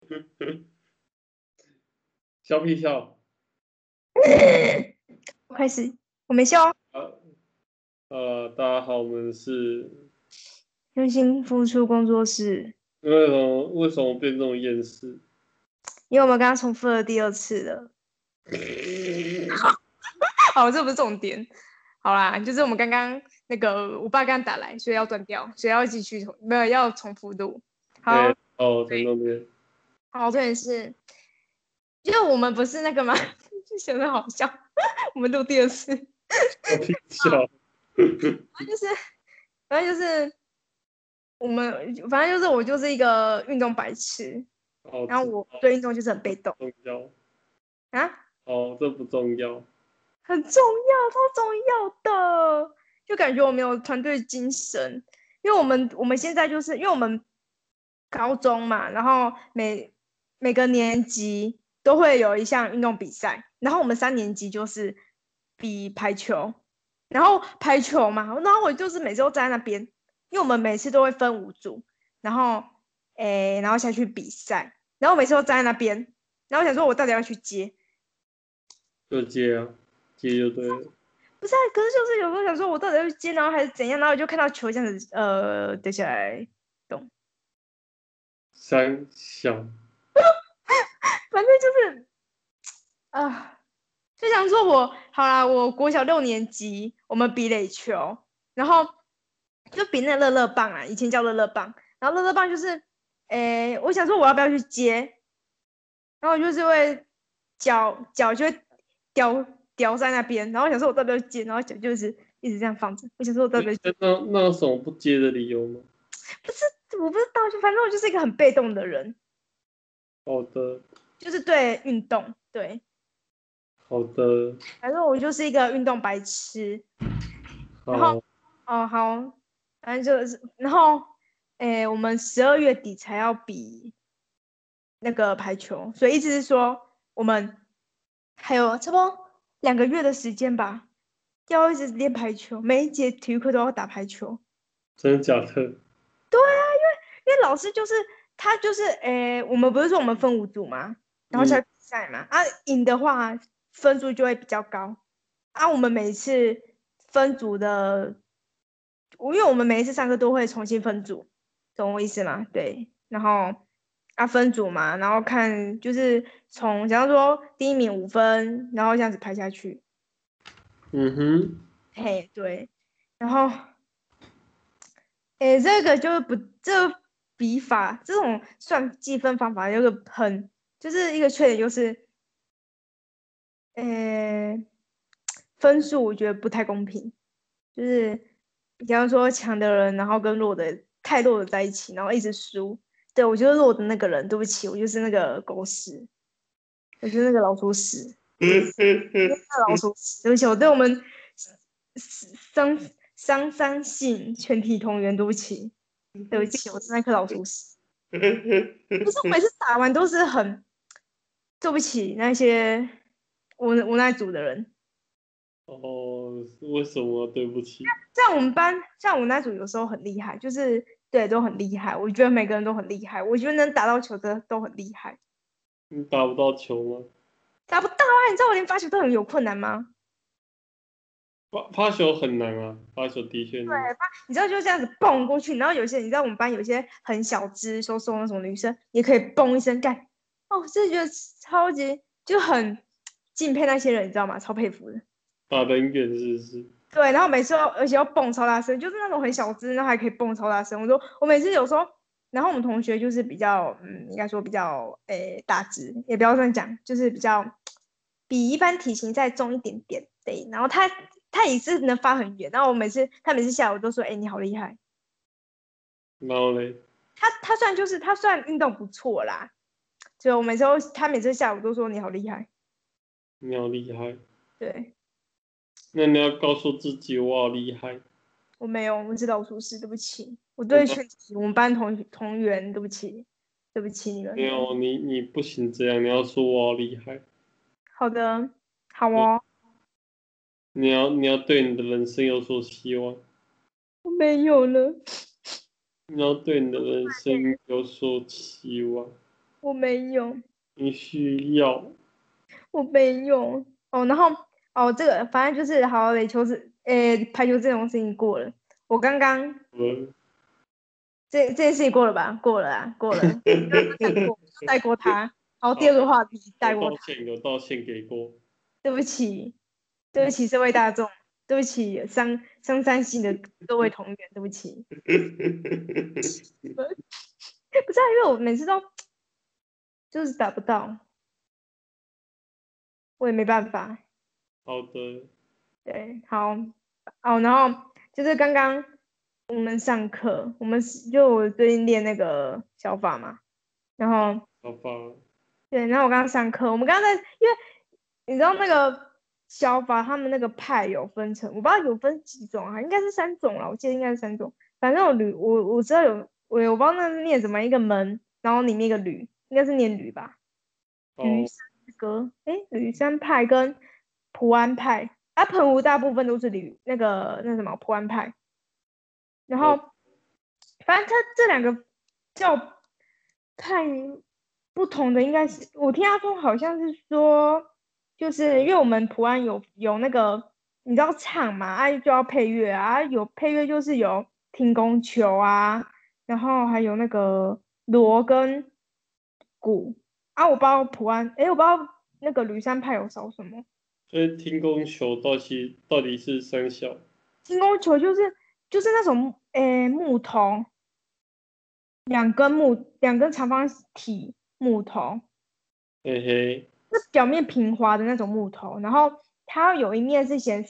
笑屁笑。 我开始，我没笑。 大家好，我们是用心付出工作室， 为什么变这种厌世？ 因为我们刚刚重复了第2次了。好，这不是重点。好啦，就是我们刚刚那个我爸刚打来，所以要断掉，所以要继续没有要重复录。好， 在那边。 好，重点是，因为我们不是那个吗？就显得好笑。我们录第2次。 笑屁笑。 反正就是我就是一个运动白痴，然后我对运动就是很被动。 重要啊？ 这不重要。 很重要，超重要的，就感觉我没有团队精神，因为我们现在就是因为我们高中嘛，然后每个年级都会有一项运动比赛，然后我们3年级就是比排球，然后排球嘛，然后我就是每次都站在那边，因为我们每次都会分5组，然后然后下去比赛，然后我每次都站在那边，然后我想说我到底要去接， 就接啊，接就对了。 不是啊，可是就是有时候想说，我到底要去接，然后还是怎样，然后我就看到球这样子，掉下来，懂？ 三小。 反正就是就想说好啦，我国小6年级，我们比垒球，然后就比那乐乐棒啊，以前叫乐乐棒，然后乐乐棒就是，我想说我要不要去接，然后我就是会脚就会掉在那边，然后我想说我到底要接，然后脚就是一直这样放着，我想说我到底要接。 那有什么不接的理由吗？ 不是，我不知道，就反正我就是一个很被动的人。 好的。 就是对运动，对， 好的。 反正我就是一个运动白痴。然后，好，反正就是，然后，我们12月底才要比那个排球，所以意思是说，我们还有差不多2个月的时间吧，要一直练排球，每一节体育课都要打排球。 真的假的？ 对啊，因为老师就是他就是，我们不是说我们分5组吗？然后才比赛嘛，赢的话分数就会比较高。我们每次分组的，因为我们每一次上课都会重新分组，懂我意思吗？对，然后分组嘛，然后看就是假如说第1名5分，然后这样子排下去。 嗯哼。 嘿，对，然后。这个就是这笔法这种算计分方法有个就是一个缺点就是，分数我觉得不太公平，就是比方说强的人，然后跟太弱的在一起，然后一直输。对，我就是弱的那个人，对不起，我就是那个狗屎，我就是那个老鼠屎，老鼠屎，对不起，我对我们伤三性全体同源，对不起。对不起，我是那颗老鼠屎。不是我每次打完都是很对不起那些我那组的人。 为什么对不起？ 像我们班，像我那组有时候很厉害，就是对都很厉害。我觉得每个人都很厉害，我觉得能打到球的都很厉害。 你打不到球吗？ 打不到啊！你知道我连发球都很有困难吗？ 发球很难啊，发球的确难。 对，你知道就这样子蹦过去，然后有些你知道我们班有些很小只、瘦瘦那种女生也可以蹦一声干。我真的觉得超级就很敬佩那些人，你知道吗？超佩服的。 打得很远是不是？ 对，然后每次而且要蹦超大声，就是那种很小只，然后还可以蹦超大声。我每次有时候，然后我们同学就是比较，应该说比较，大只，也不要这样讲，就是比一般体型再重一点点，对。然后他也是能发很远，然后他每次下午都说，你好厉害。 然后嘞？ 他算运动不错啦，就他每次下午都说你好厉害。 你好厉害。 对。 那你要告诉自己我好厉害。 我没有，我是老鼠屎，对不起，我对全体我们班同源，对不起，对不起你们。 没有，你不行这样，你要说我好厉害。 好的，好哦。 你要对你的人生有所希望。 我没有了。 你要对你的人生有所期望。 我没有， 你需要。 我没有。哦，然后这个反正就是好垒球是，排球这种事情过了。我刚刚嗯， 这件事情过了吧？过了啊，过了。带过他。好，第好， 二个话题带过他。 有道歉，有道歉给过。 对不起，对不起社会大众，对不起伤山系的各位同源，对不起。不是啊，因为我每次都就是打不到，我也没办法。 好的， 对，好。哦，然后就是刚刚我们上课，我最近练那个小法嘛，然后好吧。 对，然后我刚刚上课，我们刚刚在，因为你知道那个小法他们那个派有分成，我不知道有分几种啊，应该是3种了，我记得应该是3种。反正我知道我不知道那是念什么，一个门，然后里面一个吕，应该是念吕吧。吕好， 山阁，吕山派跟普安派，啊，澎湖大部分都是那什么普安派，然好， 后反正他这两个教派不同的，应该是我听他说好像是说，就是因为我们普安有那个你知道唱嘛，就要配乐啊，有配乐就是有听宫球啊，然后还有那个锣跟鼓。啊，我不知道普安，我不知道那个吕山派有少什么。 所以听供球到底是三小。 轻功球就是那种木头，两根长方体木头， 嘿嘿， 是表面平滑的那种木头，然后它有一面是写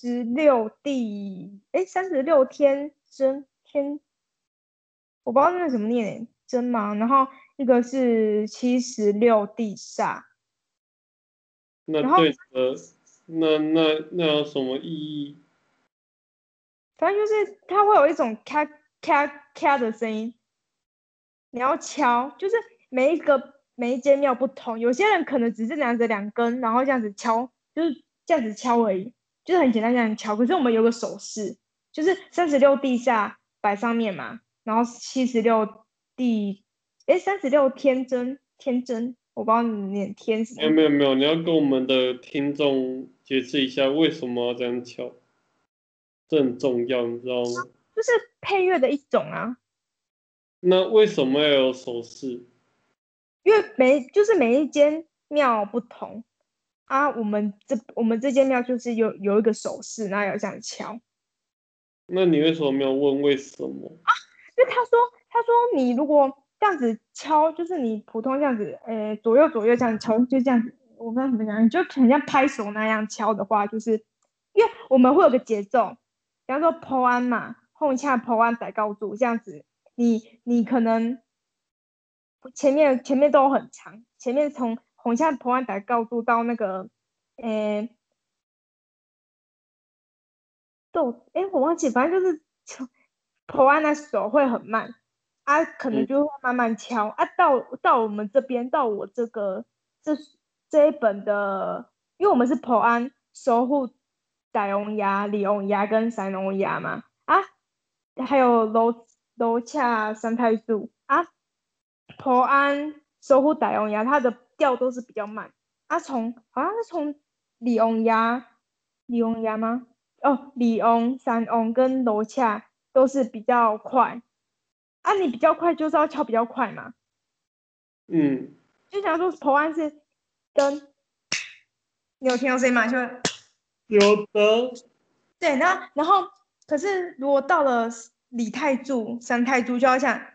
36天我不知道那怎么念真嘛，然后一个是76地煞，然后那对那有什么意义？ 反正就是它会有一种咔咔咔的声音，你要敲，就是每一间庙不同，有些人可能只是拿着2根，然后这样子敲，就是这样子敲而已，就是很简单这样敲。可是我们有个手势，就是36地下摆上面嘛，然后地，36天真，我不知道你念天什没有么， 没有没有，你要跟我们的听众解释一下为什么要这样敲，这很重要，你知道吗？ 就是配乐的一种啊。 那为什么要有手势？ 因为就是每一间庙不同啊，我们这间庙就是有一个手势，然后要这样敲。 那你为什么没有问为什么？ 因为他说你如果这样子敲，就是你普通这样子，左右这样敲，就这样子，我不知道怎么讲，你就很像拍手那样敲的话，就是因为我们会有个节奏，比方说破安嘛，后恰破安再高住这样子，你可能前面都很长，前面从红恰破安再高住到那个，诶、我忘记，反正就是投案的手会很慢，啊，可能嗯就会慢慢敲啊，到我们这边，到我这这一本的，因为我们是投案守护大龙牙、李龙牙跟三龙牙嘛，啊，还有楼恰三太子啊，投案守护大龙牙，它的调都是比较慢，好像是从李龙牙，李龙牙吗？哦，李翁、三翁跟楼恰都是比较快啊，你比较快就是要敲比较快嘛， 嗯， 就想说头案是跟，你有听到声音吗？就有的。 对，然后可是如果到了李太柱、三太柱就要像，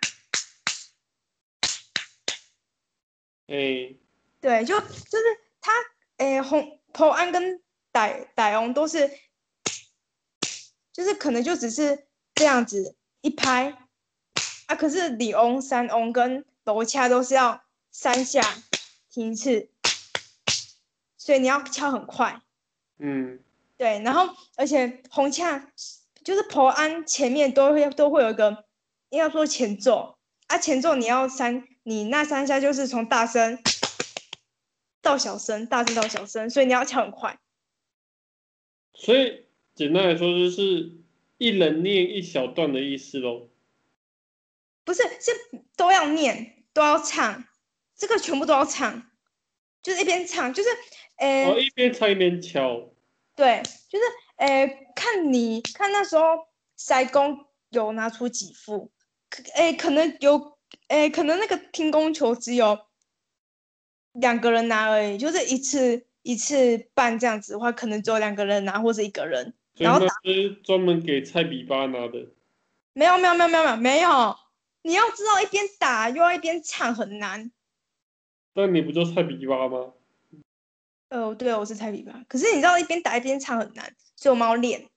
哎， 对，就是他头案跟歹翁都是，就是可能就只是这样子一拍啊，可是李翁、三翁跟楼恰都是要3下停一次。所以你要敲很快， 嗯， 对，然后而且红恰就是婆安前面都会有一个，应该说前奏啊，前奏你那3下就是从大声到小声，大声到小声，所以你要敲很快， 所以简单来说就是一人念一小段的意思喽。 不是都要念都要唱， 这个全部都要唱，就是一边唱，就是一边唱一边敲。 对，就是看那时候塞工有拿出几副，可能有可能那个听工球只有2个人拿而已，就是一次半这样子的话，可能只有2个人拿或者1个人， 所以那然后打是专门给菜比巴拿的。 没有没有没有没有没有，你要知道一边打又要一边唱很难。 但你不就菜比巴吗？ 对，我是菜比吧，可是你知道一边打一边唱很难，所以我们要练。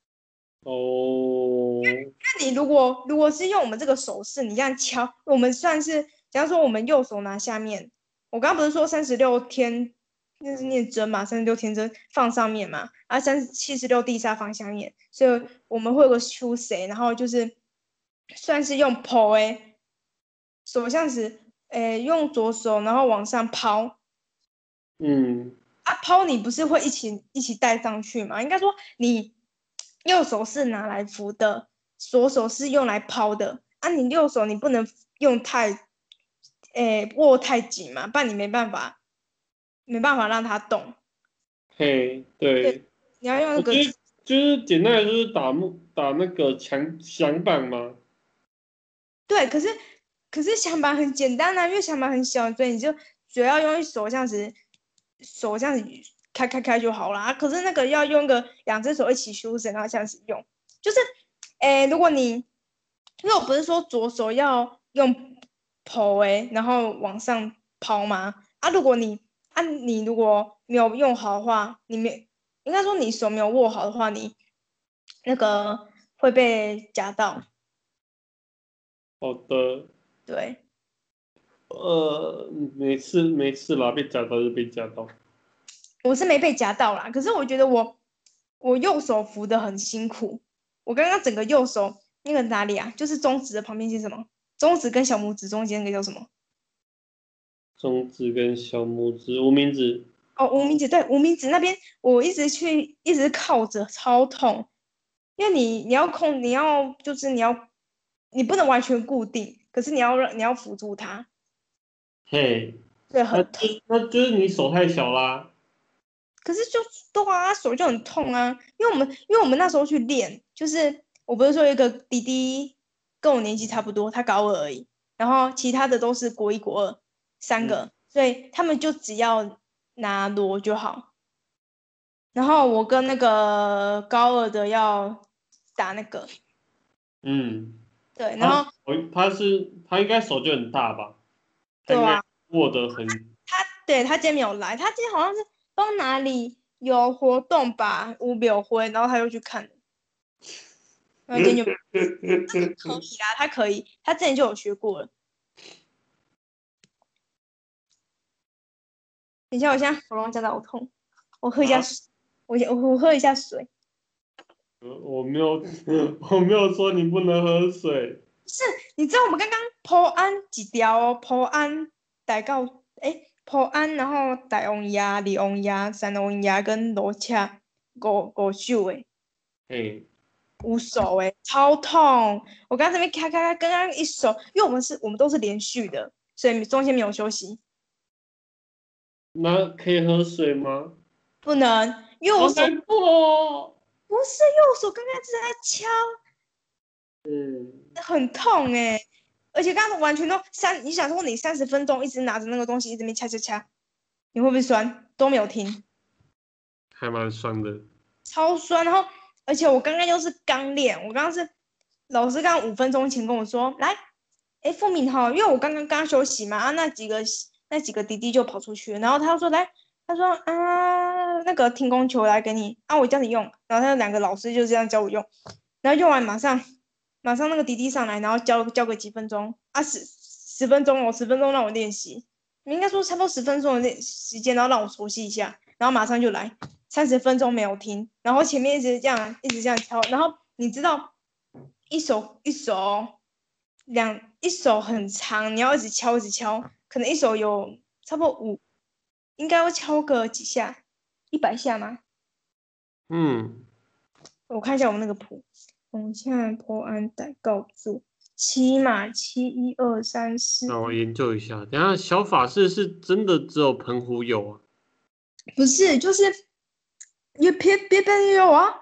哦， 那你如果是用我们这个手势，你这样敲，我们算是，假如说我们右手拿下面，我刚刚不是说36天，那是念真嘛，36天真放上面嘛，啊76地下放下面，所以我们会有个出谁，然后就是算是用抛手像是，用左手然后往上抛， 嗯， 啊抛你不是会一起带上去吗？应该说你右手是拿来扶的，左手是用来抛的。啊，你右手你不能用握太紧嘛，不然你没办法让它动。 嘿， 对， 对， 你要用那个， 我觉得就是简单来说，就是打那个响板嘛。 对，可是响板很简单啊，因为响板很小，所以你就主要用手这样子开就好了啊。可是那个要用个2只手一起修整，然后这样子用，就是，如果你，因为我不是说左手要用抛然后往上抛吗？啊，你如果没有用好的话，应该说你手没有握好的话，你那个会被夹到。 好的， 对， 没事啦，被夹到就被夹到。 我是没被夹到啦，可是我觉得我右手扶的很辛苦，我刚刚整个右手那个哪里啊？就是中指的旁边是什么？中指跟小拇指中间那个叫什么？ 中指跟小拇指、无名指。 哦，无名指，对，无名指那边我一直靠着，超痛，因为你不能完全固定，可是你要辅助它， 嘿， 对，很痛。 那就是你手太小啦。 可是就对啊，手就很痛啊，因为我们那时候去练，就是我不是说有一个弟弟跟我年纪差不多，他高2而已，然后其他的都是国1国2三嗯个，所以他们就只要拿锣就好。然后我跟那个高2的要打那个， 嗯， 对，然他后他应该手就很大吧？他应该对啊， 握得很。 他今天没有来，他今天好像是不知道哪里有活动吧，五表会，然后他又去看了，然后今天就可以啦，他可以，他之前就有学过了。等一下，我现在喉咙真的好痛，我喝一下啊， 水，我喝一下水。 我没有我没有说你不能喝水。 是，你知道我们刚刚破安几条哦？破安大到破安，然后大王鸭、二王鸭、三王鸭跟罗恰五手诶， 嘿， 五手诶，超痛！我刚刚这边开，刚刚一手，因为我们都是连续的，所以中间没有休息， 那可以喝水吗？ 不能，因为我手好难过哦。 不是，因为我手刚刚一直在敲， 嗯， 很痛而且刚刚完全都你想说你30分钟一直拿着那个东西一直没掐，你会不会酸？都没有停， 还蛮酸的。 超酸。然后，而且我刚刚又是刚练，我刚刚是老师刚刚5分钟前跟我说，来，付敏哈，因为我刚休息嘛，啊，那几个弟弟就跑出去了，然后他说来，他说啊，那个听工球来给你，啊，我教你用，然后他2个老师就这样教我用，然后用完马上那个弟弟上来，然后教个几分钟啊，十分钟哦，十分钟让我练习，你应该说差不多10分钟的时间，然后让我熟悉一下，然后马上就来。30分钟没有停，然后前面一直这样敲，然后你知道一手很长，你要一直敲一直敲，可能一手有差不多应该要敲个几下，100下吗？ 嗯， 我看一下我们那个谱，现在破安逮告注 7嘛，7，1，2，3，4， 让我研究一下。等一下小法式是真的只有澎湖有啊？ 不是，就是别有啊，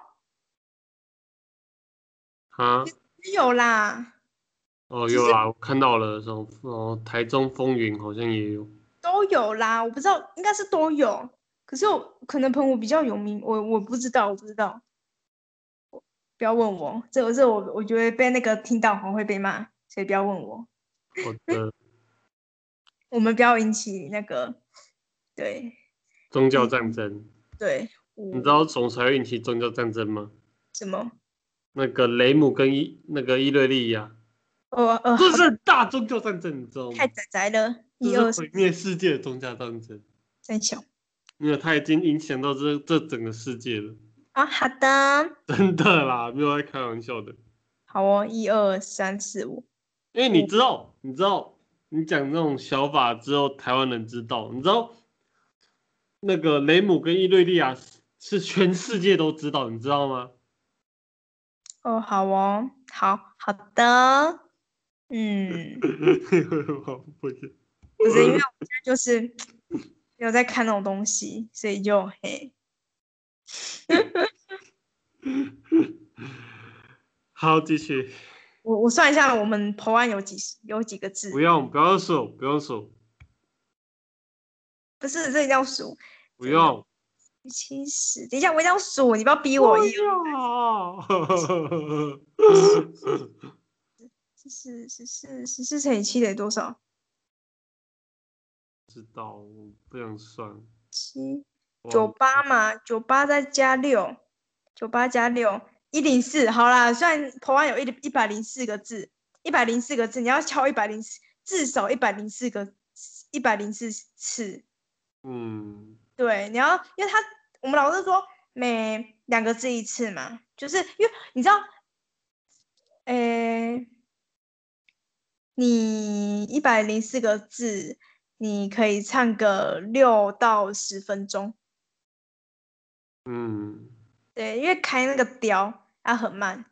啊？ 有啦， 哦， 就是有啦，我看到了，台中风云好像也有。 都有啦，我不知道，应该是都有，可是可能澎湖比较有名，我不知道，不要问我，我觉得被那个听到好像会被骂，所以不要问我， 好的， 我们不要引起那个，对， 宗教战争， 对， 你知道总裁会引起宗教战争吗？ 什么？ 那个雷姆跟那个伊瑞利亚，这好， 是大宗教战争，你知道太吗？ 宅了，一二这是毁灭世界的宗教战争， 三小因为它已经影响到这整个世界了， 啊，好的， 真的啦，没有在开玩笑的。 好哦，1，2，3，4，5， 因为你知道，你讲那种小法只有台湾人知道，你知道那个雷姆跟伊瑞利亚是全世界都知道，你知道吗？ 哦，好哦，好的， 不是， 不是因为我现在就是有在看那种东西，所以就嘿， 好，继续。 我算一下，我们投案有几个字？ 不要数，不用数， 不是，这一定要数， 不用， 70。等一下，我一定要数，你不要逼不我。 要。 14乘以7等于多少？ 知道，我不想算。 七九忘了八嘛，98再加6，98+6，104。好啦，虽然投案有104个字，你要敲104，至少104次。 嗯对，因为我们老师说每2个字一次嘛，就是因为你知道，你104个字，你可以唱个6到10分钟。 嗯对，因为开那个雕它很慢。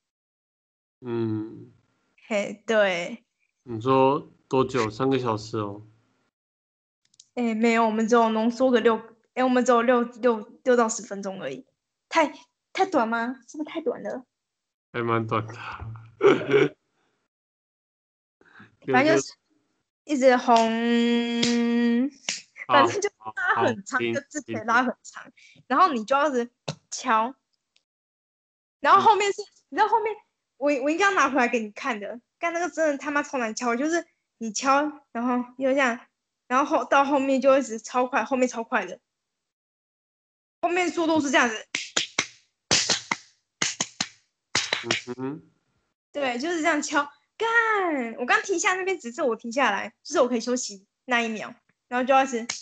嗯， 嘿，对， 你说多久？3个小时哦。 没有，我们只有浓缩个我们只有6到10分钟而已，太太短吗？是不是太短了？ 还蛮短的。就就反正就是一直红，反好正就好好， 拉很长，一停个字可以停， 拉很长，然后你就要是敲，然后嗯， 后面是，你知道后面我应该要拿回来给你看的，干那个真的他妈超难敲，就是你敲，然后又这样，然后到后面就会是超快，后面超快的，后面速度是这样子， 嗯哼， 对，就是这样敲。干，我刚停下那边只是我停下来，就是我可以休息那一秒，然后就要是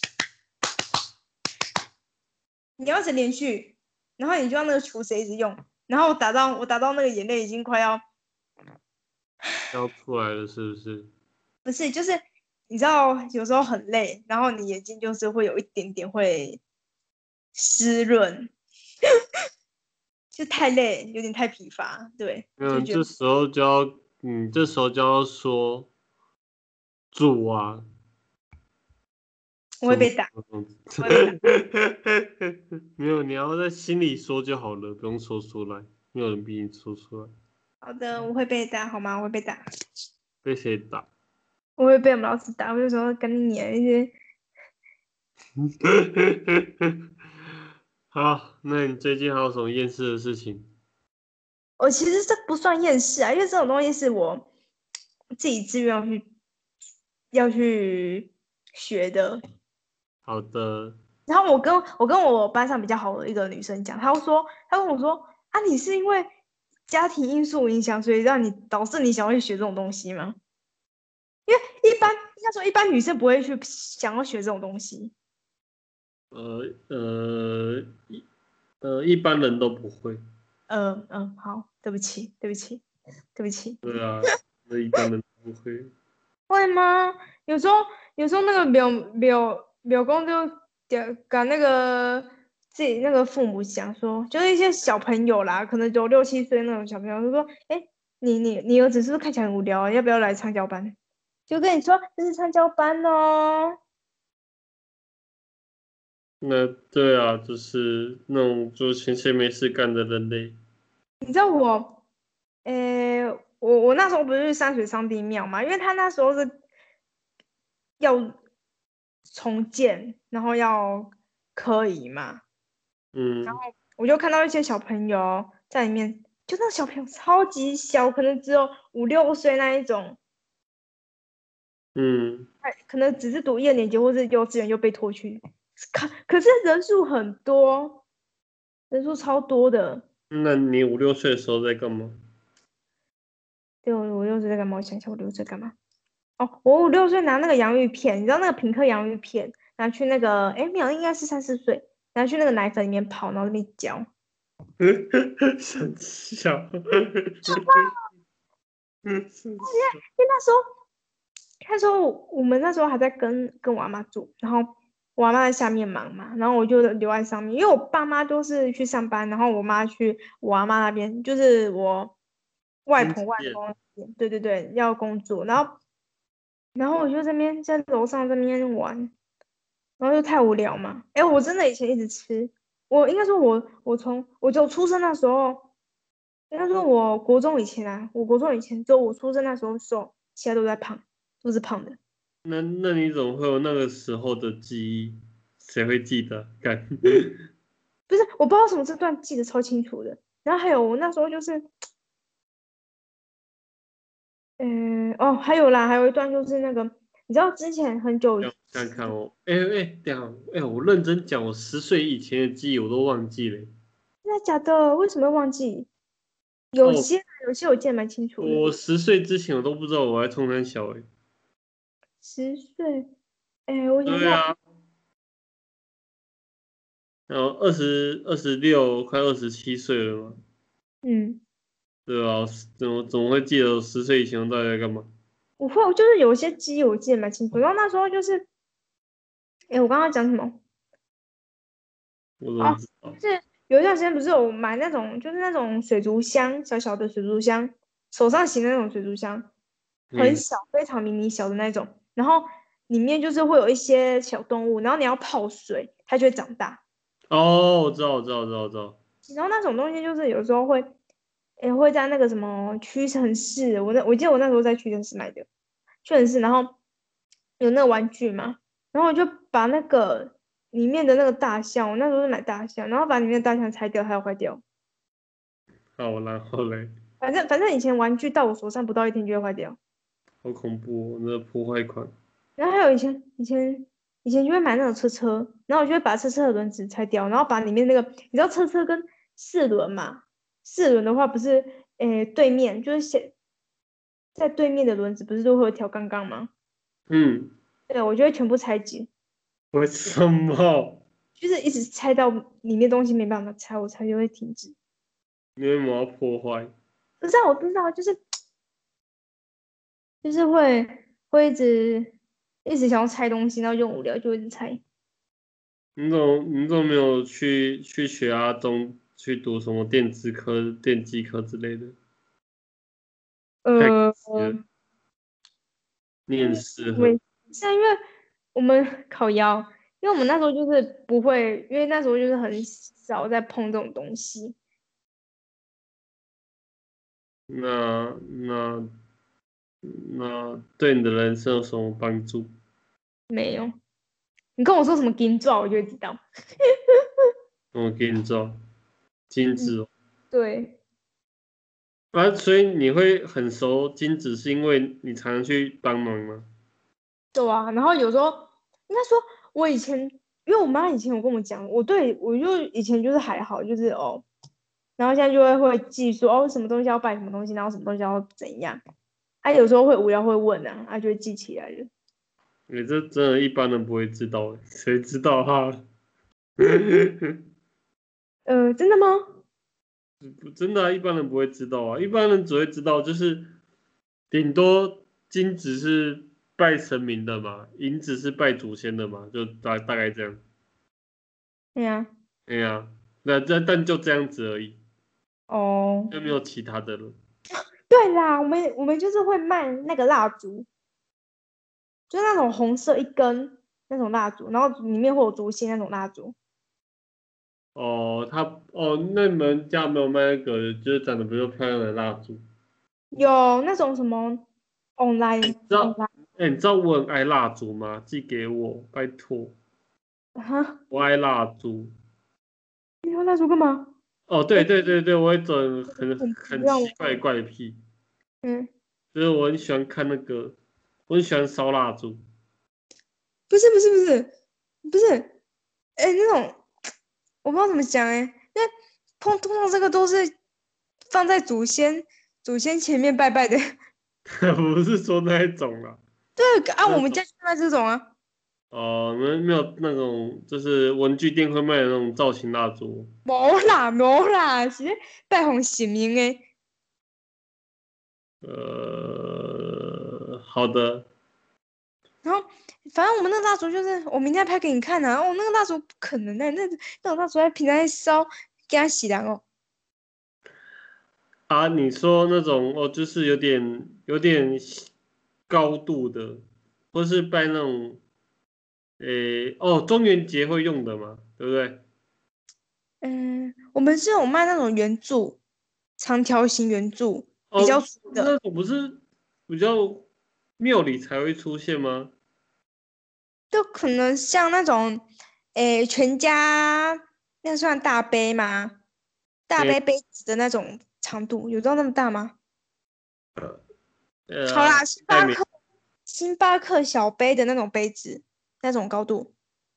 你要是连续，然后你就要那个厨师一直用，然后我打到那个眼泪已经快要要出来了是不是？ 不是，就是你知道有时候很累，然后你眼睛就是会有一点点会湿润，就太累，有点太疲乏，对， 没有， 就觉得这时候就要说主啊，什么我会被打， 什么什我会被打。 么没有，你要在心里说就好了，不用说出来，没有人逼你说出来。 好的，我会被打，好吗？我会被打， 被谁打？ 我会被我们老师打。我就说跟你演一些， 好，那你最近还有什么厌世的事情？ 我其实这不算厌世啊，因为这种东西是我自己自愿要去学的。 好的， 然后我跟我班上比较好的一个女生讲，她跟我说啊，你是因为家庭因素影响，所以导致你想要去学这种东西吗？应该说一般女生不会去想要学这种东西。 呃呃一一般人都不会， 好，对不起，对不起，对不起。 对啊，那一般人都不会。 会吗？有时候那个表公就跟那个自己那个父母讲说，就是一些小朋友啦，可能有6、7岁那种小朋友，就说，哎， 你儿子是不是看起来很无聊啊？要不要来参教班？就跟你说这是参教班哦。 那对啊，就是那种就闲闲没事干的人类。 你知道我，我那时候不是去山水上帝庙嘛，因为他那时候是要重建，然后要科仪嘛，然嗯后我就看到一些小朋友在里面，就那个小朋友超级小，可能只有5、6岁那一种， 嗯， 可能只是读1、2年级或者幼稚园就被拖去，可是人数很多，人数超多的。 那你5、6岁的时候在干嘛？ 对，我6岁在干嘛？我想想，我6岁干嘛？哦，我5、6岁拿那个洋芋片，你知道那个品客洋芋片，拿去那个，没有，应该是3、4岁，拿去那个奶粉里面泡，然后那边搅。 想笑，生笑。 因为那时候我们那时候还在跟我阿妈住，然后我阿妈在下面忙嘛，然后我就留在上面，因为我爸妈都是去上班，然后我妈去我阿妈那边，就是我外亲婆外子店， 公那边，对对对，要工作，然后我就这边在楼上这边玩，然后就太无聊嘛。我真的以前一直吃，我应该说我从我就出生那时候，应该说我国中以前啊，我国中以前只有我出生那时候瘦，其他都在胖，都是胖的。 那你怎么会有那个时候的记忆？谁会记得？干， 不是，我不知道什么这段记得超清楚的。然后还有我那时候就是，哦，还有啦，还有一段就是那个，你知道之前很久以， 让我想想看哦。等一下，我认真讲，我10岁以前的记忆我都忘记了。 真的假的？为什么会忘记？有哦， 些我记得蛮清楚的。 我10岁之前我都不知道我还冲很小诶。 10岁，我想想， 对啊，然后26快27岁了嘛。 嗯。 对啊，怎么会记得我10岁以前我到底在干嘛？ 我就是有一些记忆我记得蛮清楚，然后那时候就是，我刚刚讲什么？ 我怎么哦， 知道？ 就是有一段时间不是有买那种，就是那种水族箱，小小的水族箱，手上型的那种水族箱，很嗯， 小，非常迷你小的那种，然后里面就是会有一些小动物，然后你要泡水，它就会长大。 哦，我知道。 然后那种东西就是有时候会，会在那个什么屈臣氏，我记得我那时候在屈臣氏买的，屈臣氏，然后有那个玩具嘛，然后我就把那个里面的那个大象，我那时候是买大象，然后把里面的大象拆掉，它要坏掉。 好，然后嘞， 反正以前玩具到我手上不到1天就会坏掉， 好恐怖哦，那破坏款。 然后还有以前就会买那种车车，然后我就会把车车的轮子拆掉，然后把里面那个你知道车车跟四轮嘛，四轮的话不是对面就是在对面的轮子不是都会有一条杠杠吗？ 嗯， 对，我就会全部拆解， 为什么？ 就是一直拆到里面东西没办法拆，我才就会停止。 你为什么要破坏？ 我不知道，就是会一直想要拆东西，然后就很无聊就一直拆。 你怎么没有去学阿中去读什么电子科、电机科之类的？太可呃， 惜了，你很适合。 我们是因为我们烤腰，因为我们那时候就是不会，因为那时候就是很少在碰这种东西， 那对你的人生有什么帮助？ 没有。你跟我说什么金钻，我就会知道。 我给你做精嗯， 致哦。 对， 所以你会很熟金子，是因为你常常去帮忙吗？ 对啊。然后有时候应该说，我以前因为我妈以前有跟我讲，我就以前就是还好，就是哦，然后现在就会记说哦，什么东西要拜什么东西，然后什么东西要怎样。啊，有时候会无聊会问啊，就会记起来了。 你这真的一般人不会知道，谁知道哈？ 真的吗？ 真的啊，一般人不会知道啊，一般人只会知道就是顶多金子是拜神明的嘛，银子是拜祖先的嘛，就大概这样。 对呀、 哎呀，但就这样子而已， 哦， 就没有其他的了。 对对啦，我们就是会卖那个蜡烛，就是那种红色一根那种蜡烛，然后里面会有竹芯那种蜡烛。 哦，那你们家没有卖那个就是长得比较漂亮的蜡烛？ 有那种什么 online 知道？ online 你知道我很爱蜡烛吗？寄给我，拜托， 哈， 我爱蜡烛。 你要蜡烛干嘛？ 哦，对哎， 对对对，我会整很不让我， 奇怪的怪癖， 嗯， 就是我很喜欢看那个，我很喜欢烧蜡烛。 不是，哎，那种我不知道怎么讲哎，因为通常这个都是放在祖先前面拜拜的。 不是说那一种啦， 对啊，我们那种家就卖这种啊。 没有那种，就是文具店会卖的那种造型蜡烛。 没啦，是咧拜红神明诶。 好的， 然后反正我们那个蜡烛就是我明天拍给你看啊。哦，那个蜡烛不可能的，那种蜡烛在平常在烧，给他洗凉哦。 啊，你说那种就是有点高度的，或是拜那种，中元节会用的嘛，对不对？ 嗯，我们是有卖那种圆柱，长条形圆柱，比较哦， 粗的。 那种不是比较庙里才会出现吗？ 就可能像那种，全家那算大杯吗？大诶， 杯杯子的那种长度，有到那么大吗？好呃， 啦， 代免， 星巴克小杯的那种杯子，那种高度，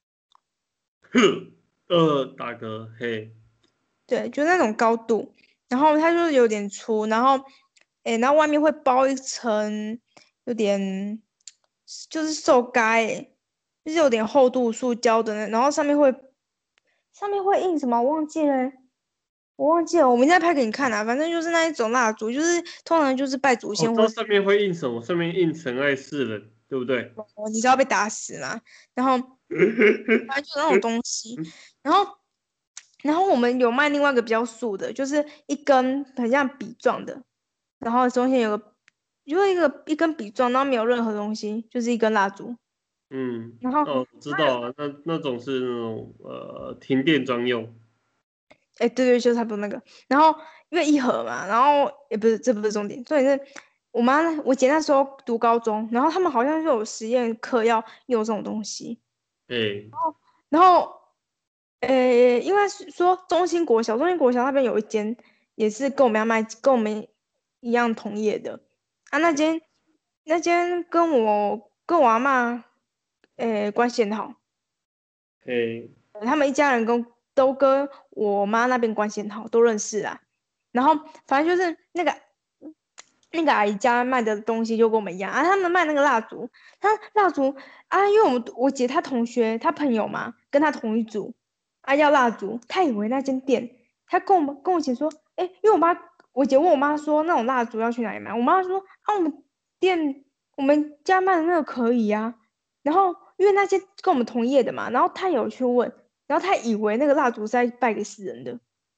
大哥，嘿， 对，就那种高度。然后它就是有点粗，然后外面会包一层有点就是塑胶，就是有点厚度塑胶的然后上面会印什么，我忘记了欸，我忘记了，我明天拍给你看啊。反正就是那一种蜡烛，就是通常就是拜祖我先或是知道上面会印什么，上面印尘爱世人，对不对？ 你是要被打死嘛。然后反正就是那种东西。然后，然后我们有卖另外一个比较素的，就是一根很像笔状的，然后中间有个，就一根笔状，然后没有任何东西，就是一根蜡烛。然后， 我知道啊，那种是那种停电专用。 哎，对对，就差不多那个。然后因为一盒嘛，然后也不是，这不是重点，重点是我姐那时候读高中，然后他们好像就有实验课要用这种东西。 哎， 然后，因为是说中心国小那边有一间也是跟我们要卖，跟我们一样同业的啊。那间跟我阿嬷，关系很好， 哎， 他们一家人都跟我妈那边关系很好，都认识啦。然后反正就是那个阿姨家卖的东西就跟我们一样啊，他们卖那个蜡烛，他蜡烛啊，因为我姐她同学她朋友嘛，跟她同一组啊，要蜡烛，她以为那间店，她跟我姐说，因为我姐问我妈说那种蜡烛要去哪里买，我妈说啊我们家卖的那个可以啊。然后因为那间跟我们同业的嘛，然后她有去问，然后她以为那个蜡烛是在拜给死人的。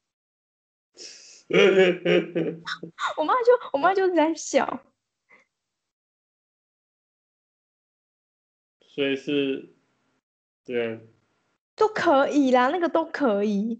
我妈就在笑。 所以是这样。 都可以啦，那个都可以。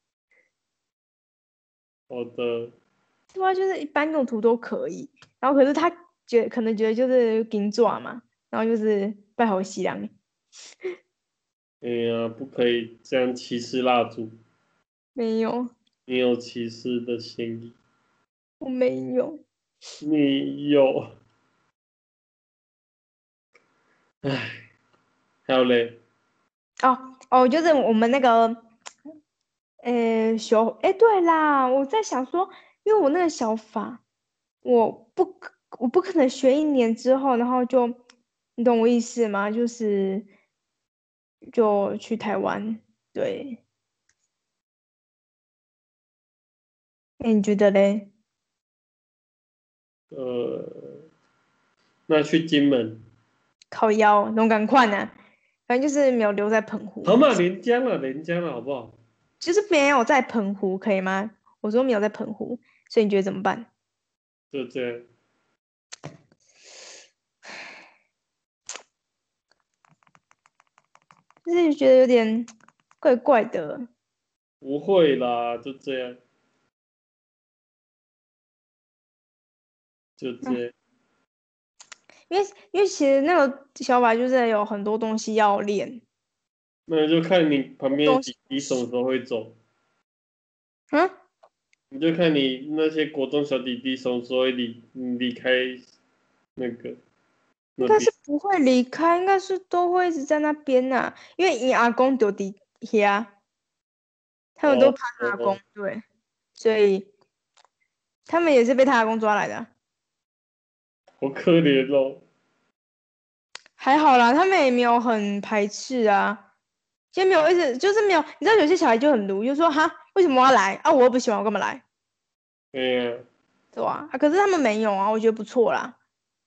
好的， 对啊，就是一般用途都可以。然后可是他可能觉得就是金爪嘛，然后就是拜好西凉。 哎呀，不可以这样歧视蜡烛， 没有， 你有歧视的嫌疑， 我没有。 你有，唉，还有嘞， 哦，就是我们那个，对啦，我在想说，因为我那个小法，我不可能学1年之后，然后就，你懂我意思吗？就去台湾，对。哎，你觉得嘞？ 呃，那去金门， 靠腰，龙赶快呢？反正就是没有留在澎湖， 好嘛，连江了，好不好？ 就是没有在澎湖，可以吗？我说没有在澎湖，所以你觉得怎么办？ 就这样。 就是觉得有点怪怪的。 不会啦，就这样，就这样。 因为其实那个小白就是有很多东西要练。 那就看你旁边的东西， 弟弟什么时候会走， 嗯， 你就看你那些国中小弟弟什么时候会离开那个那边。 应该是不会离开，应该是都会一直在那边呐、因为你阿公丢底下，他们都哦怕他阿公， 哦， 对，所以他们也是被他阿公抓来的啊。 好可怜哦。 还好啦，他们也没有很排斥啊，其实没有一直就是没有，你知道有些小孩就很鲁，就说哈，为什么我要来啊？我又不喜欢，我干嘛来？ 哎呀， 对吧？啊，可是他们没有啊，我觉得不错啦。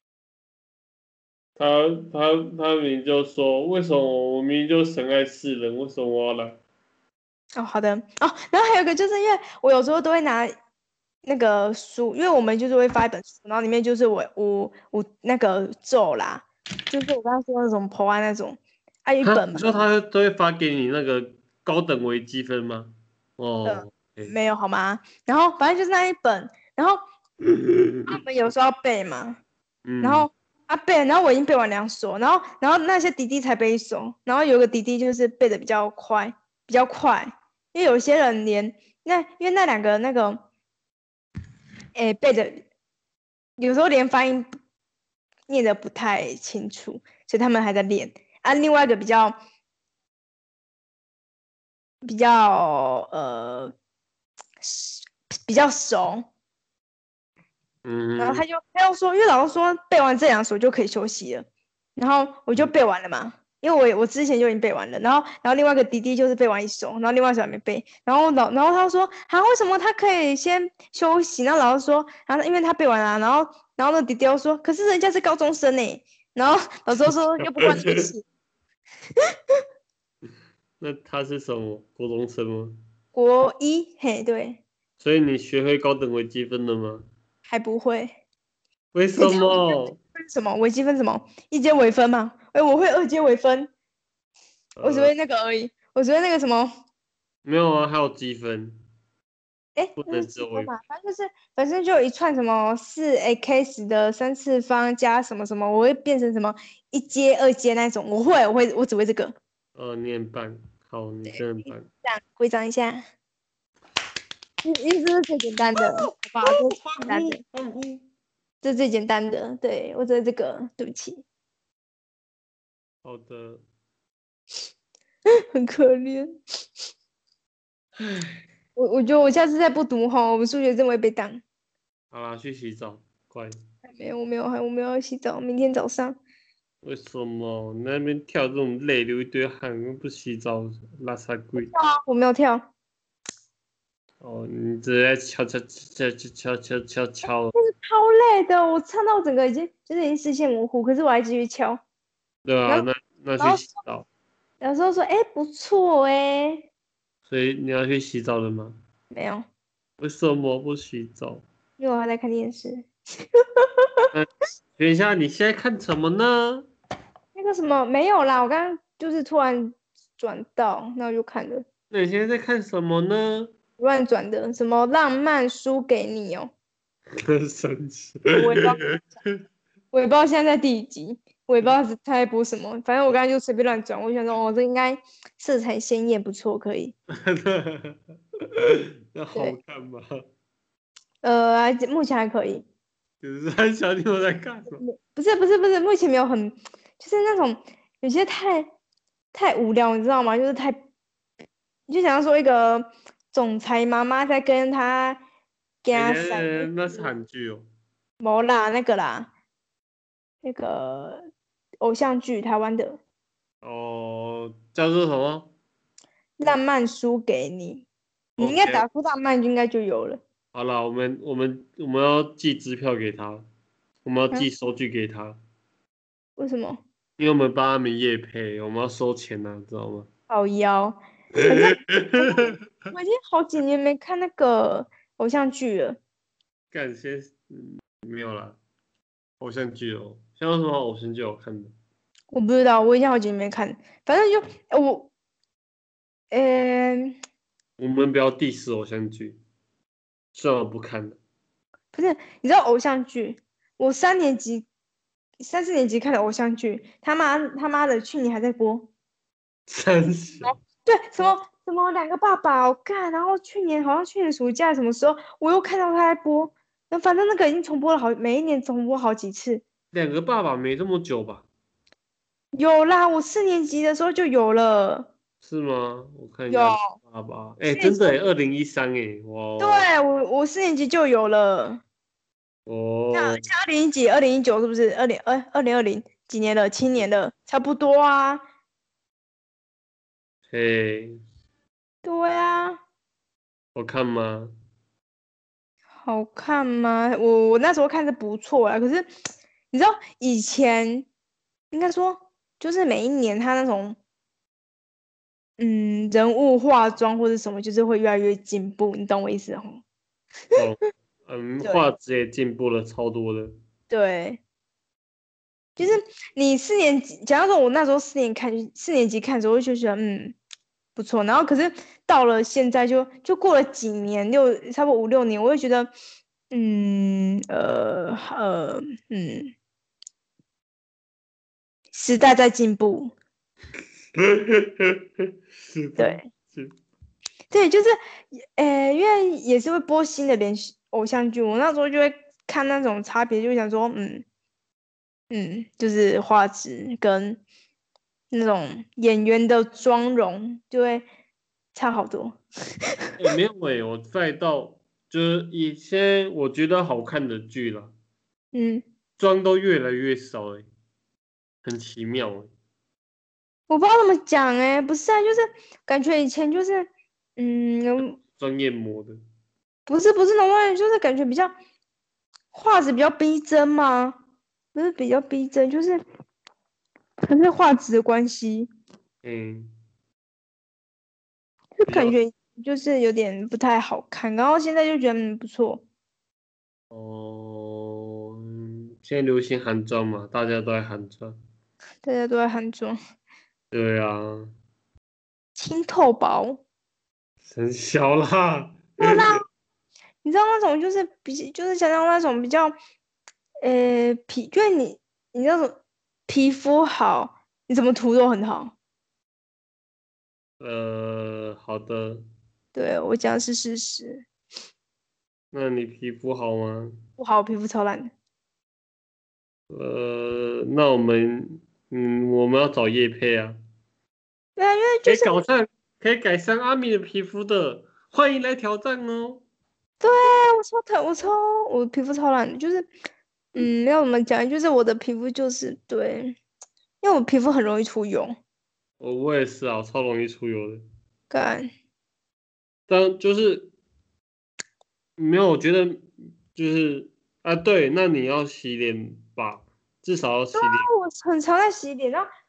他他明明就说，为什么我明明就神爱世人，为什么我要来？ 哦，好的哦，然后还有一个就是因为我有时候都会拿那个书，因为我们就是会发一本书，然后里面就是我那个咒啦，就是我刚刚说的那种破案那种，啊一哈， 本嘛， 你说他都会发给你那个高等微积分吗？哦， 没有好吗？然后反正就是那一本，然后我们有时候要背嘛，然嗯， 后背，然后我已经背完2首，然后那些弟弟才背1首，然后有一个弟弟就是背的比较快，因为有些人因为那两个那个背的有时候连发音念的不太清楚，所以他们还在练啊。另外一个比较比较熟，然后嗯， 他又说，因为老师说背完这2首就可以休息了，然后我就背完了嘛，因为我之前就已经背完了，然后另外一个弟弟就是背完1首，然后另外1首还没背，然后他说啊为什么他可以先休息？然后老师说啊因为他背完了，然后那弟弟又说可是人家是高中生呢，然后老师说又不关你的事， 那他是什么国中生吗？ 国一嘿对所以你学会高等微积分了吗？ 还不会， 为什么？ 什么微积分什么一阶微分吗？哎我会2阶微分，我只呃， 会那个而已，我只会那个什么。 没有啊，还有积分， 哎，那是不能只积分嘛？ 有微分。 反正就有一串什么4x 的3次方加什么什么，我会变成什么1阶、2阶那种，我只会这个。 念半，好，你真的很棒。 这样规章一下，因为这是最简单的，好吧？这是最简单的， 欢呼！ 这是最简单的。对，我只会这个，对不起， 好的， 很可怜。 唉， 我觉得我下次再不读哈，我们数学真的会被当。 好啦，去洗澡，乖。 没有，我没有要洗澡，明天早上。 为什么你那边跳这种累，流一堆汗，又不洗澡，拉撒鬼？ 我没有跳。 哦，你直接敲， 超累的，我唱到整个已经视线模糊，可是我还继续敲。 对啊， 然后那去然后洗澡。 有时候说，哎，不错哎， 所以你要去洗澡了吗？ 没有， 为什么不洗澡？ 因为我还在看电视。 那等一下，你现在看什么呢？ 那个什么没有啦，我刚刚就是突然转到，那我就看了， 那你现在在看什么呢？ 乱转的，什么浪漫输给你哦， 生气。 我也不知道，我也不知道现在在第几集，我也不知道是他在播什么，反正我刚才就随便乱转，我想说，哦，这应该色彩鲜艳，不错，可以。 那好对， 看吗？ 目前还可以。 就是在想你我在干什么？ 不是，目前没有很，就是那种有些太无聊，你知道吗？就是你就想要说一个总裁妈妈在跟哎， 他塞那是韩剧哦。 没啦，那个啦，那个偶像剧，台湾的哦，叫做什么 《浪漫输给你》，你应该 ？OK， 打出浪漫应该就有了。 好了，我们要寄支票给他，我们要啊？ 寄收据给他， 为什么？ 因为我们帮他们业配，我们要收钱呐、知道吗？ 好妖，反正我已经好几年没看那个偶像剧了。 感谢。 没有啦，偶像剧哦，像有什么偶像剧好看的？ 我不知道，我已经好几年没看，反正就我，呃， 我们不要 diss 偶像剧，虽然我不看的。 不是，你知道偶像剧，我三四年级看的偶像剧，他妈的，去年还在播。 三小， 对，什么两个爸爸，我看，然后好像去年暑假什么时候，我又看到他在播，那反正那个已经重播了每一年重播好几次。 两个爸爸没这么久吧？ 有啦，我四年级的时候就有了， 是吗？我看一下有爸爸，哎， 四年级， 真的哎2013哎， 对， 哇， 我四年级就有了。 哦， 像2010几、2019是不是？2020几年了？7年了，差不多啊。 嘿， 对啊， 好看吗？ 好看吗？我那时候看是不错啊，可是你知道以前应该说就是每一年他那种人物化妆或者什么，就是会越来越进步，你懂我意思哦？ 哦，画对质也进步了超多的。 对，就是你四年级，假如说我那时候四年级看的时候，我就觉得不错，然后可是到了现在就过了几年，差不多5、6年，我就觉得时代在进步。 是的， 对是， 对，就是因为也是会播新的偶像剧，我那时候就会看那种差别，就想说就是画质跟那种演员的妆容就会差好多。 哎，没有哎，我再到就是以前我觉得好看的剧了， 嗯， 妆都越来越少哎，很奇妙哎。 我不知道怎么讲不是啊，就是感觉以前就是嗯， 专业模的， 不是浓妆就是感觉画质比较逼真吗？不是比较逼真，就是可能是画质的关系， 嗯，比较就感觉就是有点不太好看，然后现在就觉得不错， 哦，现在流行韩妆嘛，大家都在韩妆。 大家都在韩妆， 对啊， 清透薄。 很小啦。 对啦，你知道那种就是想要那种比较，就是你那种皮肤好，你怎么涂都很好。 好的， 对，我讲的是事实， 那你皮肤好吗？ 不好，我皮肤超烂的。 那我们要找叶配啊， 对啊，因为可就是以搞上，可以改善阿米的皮肤的，欢迎来挑战哦。 对我超疼，我皮肤超烂的，就是没有怎么讲，就是我的皮肤就是对，因为我皮肤很容易出油， 我也是啊，我超容易出油的， 干。 但就是没有，我觉得就是啊，对，那你要洗脸吧，至少要洗脸。 我很常在洗脸，然后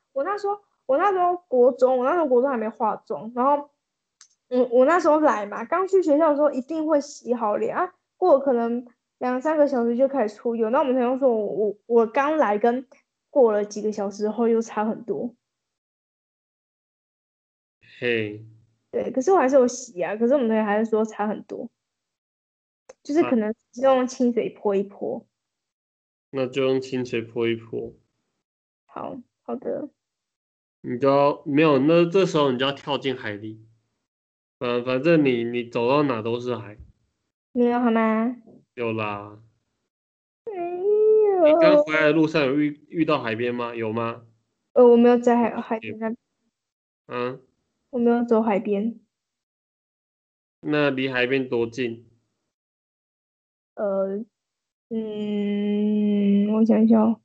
我那时候国中还没化妆，然后我那时候来嘛，刚去学校的时候一定会洗好脸啊，过了可能2、3个小时就开始出油，那我们同学说我刚来跟过了几个小时后又差很多， 嘿， 对，可是我还是有洗啊，可是我们同学还是说差很多，就是啊， 可能是用清水泼一泼， 那就用清水泼一泼。 好好的， 你就要没有，那这时候你就要跳进海里。反正你走到哪都是海。 没有好吗？ 有啦， 没你刚有， 回来的路上有遇到海边吗？有吗？ 我没有在海边那， 嗯， 我没有走海边。 那离海边多近？ 呃，我想一下哦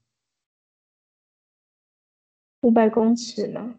500公尺嘛，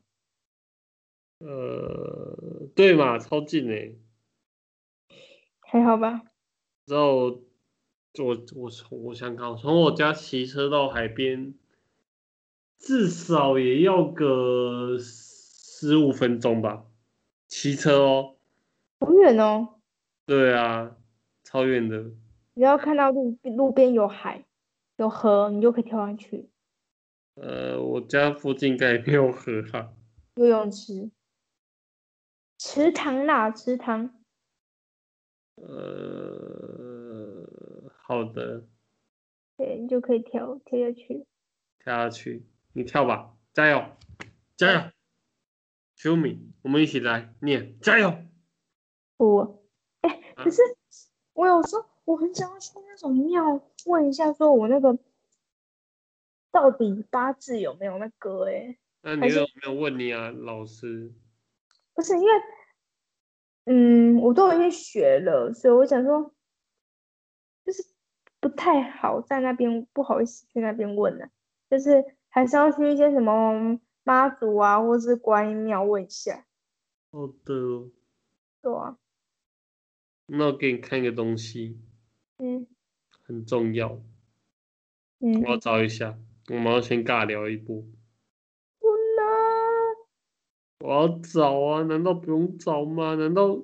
对嘛，超近诶。 还好吧？ 然后我想看，从我家骑车到海边，至少也要个15分钟吧，骑车哦。 好远哦。 对啊，超远的。 你要看到路边有海有河，你就可以跳上去。 我家附近应该也没有河啦。 游泳池、池塘啦，池塘。 好的， 对，你就可以跳下去。 跳下去，你跳吧，加油，加对， 油，show me，我们一起来念，加油。 我，可啊， 是我有时候我很想要去那种庙问一下，说我那个到底八字有没有那个那你还是有没有问你啊，老师？ 不是？因为我都已经学了，所以我想说，就是不太好在那边，不好意思去那边问了，就是还是要去一些什么妈祖啊，或是观音庙问一下。 好的哦， 对啊。 那我给你看一个东西， 嗯很重要，我嗯。 要找一下，我们要先尬聊一步。 不能。 我要找啊，难道不用找吗？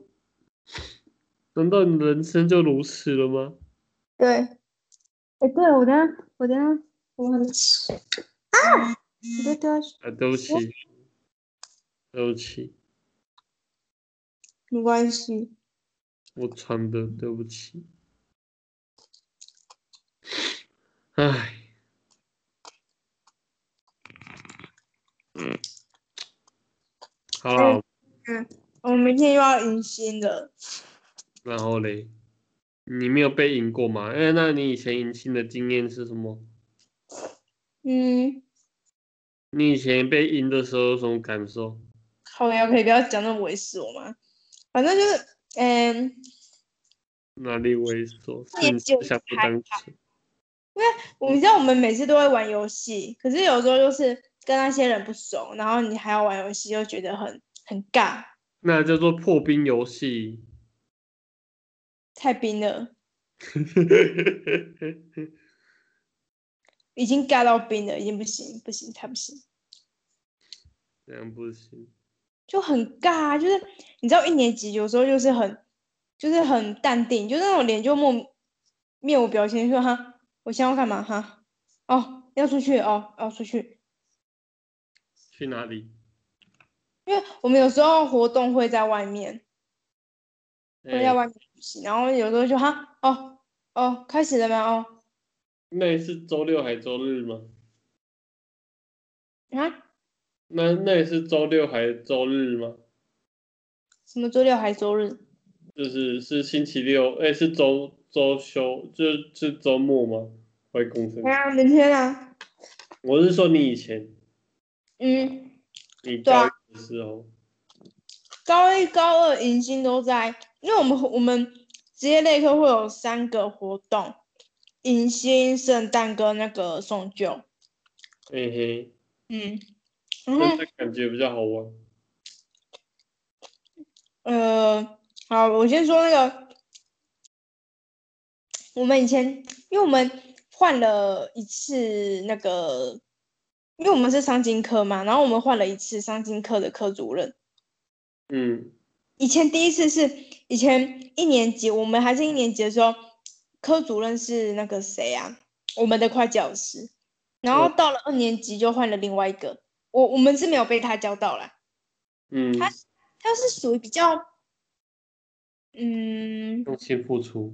难道你人生就如此了吗？ 对，对，我等下我还没吃。你在丢下去。 对不起，对不起， 没关系。 我穿的，对不起。唉，好哎， 啦， 我明天又要迎新了。 然后嘞，你没有被赢过吗？那你以前迎新的经验是什么？ 嗯， 你以前被赢的时候有什么感受？ 好呀，可以不要讲那么猥琐吗？反正就是， 哪里猥琐？是你一年级我思想不还单纯。 你知道我们每次都会玩游戏，可是有时候就是跟那些人不熟，然后你还要玩游戏，就觉得很尬， 那叫做破冰游戏。 太冰了，已经尬到冰了，已经不行不行，太不行。 这样不行。 就很尬啊，就是你知道一年级有时候就是很淡定，就那种脸就面无表情说哈，我现在要干嘛哈？哦，要出去哦，要出去， 去哪里？ 因为我们有时候活动会在外面，会在哎、 外面举行，然后有时候就哈哦开始了吗？哦那是周六还周日吗？ 啊， 那也是周六还周日吗？ 什么周六还周日？ 是星期六，是周休，就是周末吗？会公生气。 明天啊。 我是说你以前， 嗯，对啊， 你高一的时候， 高一高二迎新都在，因为我们职业类科会有3个活动。迎新、圣诞跟那个送旧。 嘿嘿， 嗯，然后圣诞感觉比较好玩。 好，我先说那个，我们以前，因为我们换了一次那个，因为我们是商经科嘛，然后我们换了一次商经科的科主任。 嗯以前第一次是以前一年级，我们还是一年级的时候，科主任是那个谁啊，我们的会计老师，然后嗯到了2年级就换了另外一个，我们是没有被他教到啦。他嗯， 他是属于比较嗯用心付出。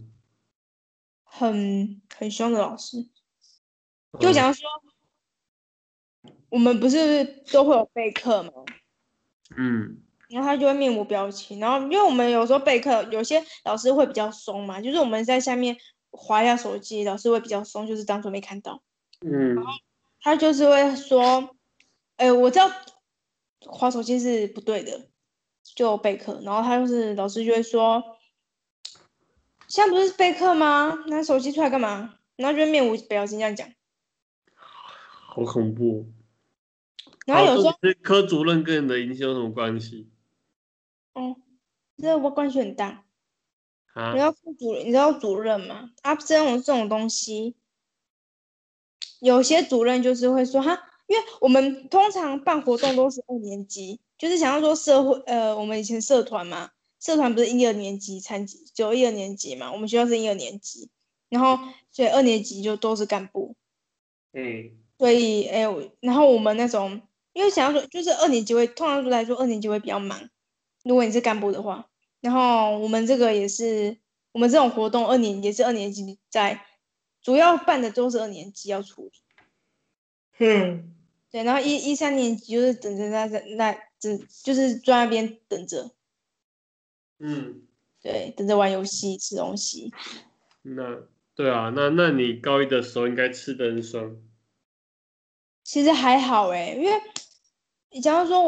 很凶的老师，就嗯讲说我们不是都会有备课吗？ 嗯然后他就会面无表情，然后因为我们有时候备课，有些老师会比较松嘛，就是我们在下面划一下手机，老师会比较松，就是当做没看到。 嗯， 他就是会说，我知道划手机是不对的，就备课，然后他就是老师就会说，现在不是备课吗？拿手机出来干嘛？然后就会面无表情这样讲。 好恐怖哦。好， 然后有时候， 到底是科主任跟你的影响有什么关系哦，这个关系很大。你啊？ 要你知道主任吗？啊，这种东西，有些主任就是会说哈，因为我们通常办活动都是2年级，就是想要说我们以前社团嘛，社团不是1、2年级参加，只有1、2年级嘛，我们学校是1、2年级， 然后所以2年级就都是干部。 嗯所以然后我们那种，因为想要说，就是2年级会通常来说2年级会比较忙，如果你是干部的话。然后我们这个也是，我们这种活动也是二年级在，主要办的都是2年级要处理。 哼对，然后1、2、3年级就是等着就是坐在那边等着， 嗯， 对，等着玩游戏吃东西。 那对啊，那你高一的时候应该吃的很爽。 其实还好因为假如说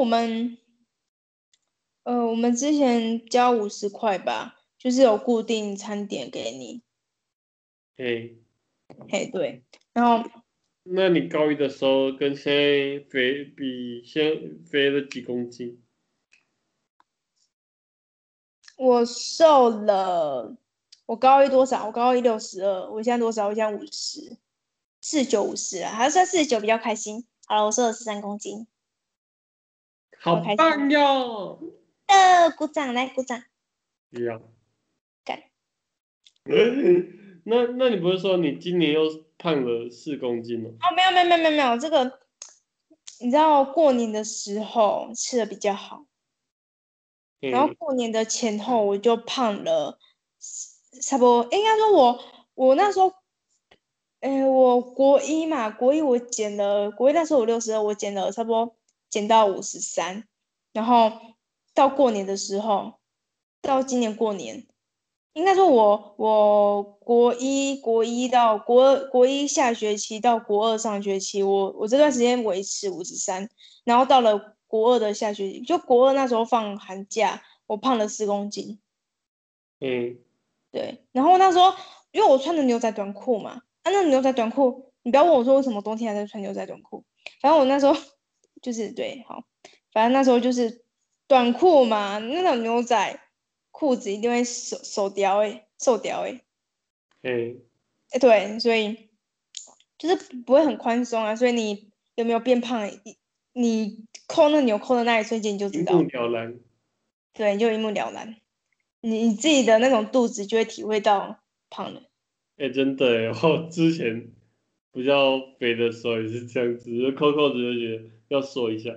我们之前交50块吧，就是有固定餐点给你。 嘿， 嘿，对，然后那你高一的时候跟现在比现在肥了几公斤？ 我瘦了，我高一多少？我高一62，我现在多少？我现在50，49、50了，还算49比较开心。好了，我瘦了13公斤， 好好开心。 棒哟！ 鼓掌，来鼓掌， 一样。 干。 那你不是说你今年又胖了4公斤吗？ 哦，没有没有没有没有没有，这个你知道过年的时候吃的比较好，然后嘿， 过年的前后我就胖了，差不多应该说我那时候，我国一嘛，国一我减了，国一那时候我62，我减了差不多减到53，然后到过年的时候，到今年过年，应该说我国一到国一下学期到国2上学期，我这段时间维持53，然后到了国2的下学期，就国2那时候放寒假，我胖了4公斤。 嘿， 对，然后那时候因为我穿的牛仔短裤嘛，那牛仔短裤，你不要问我说为什么冬天还在穿牛仔短裤，反正我那时候就是对，好，反正那时候就是短裤嘛，那种牛仔裤子一定会瘦掉嘿， 对，所以就是不会很宽松啊，所以你有没有变胖，你扣那纽扣的那一瞬间你就一目知道， 了然。 对，你就一目了然，你自己的那种肚子就会体会到胖了。 哎，真的耶，我之前比较肥的时候也是这样子，就扣扣子就觉得要缩一下。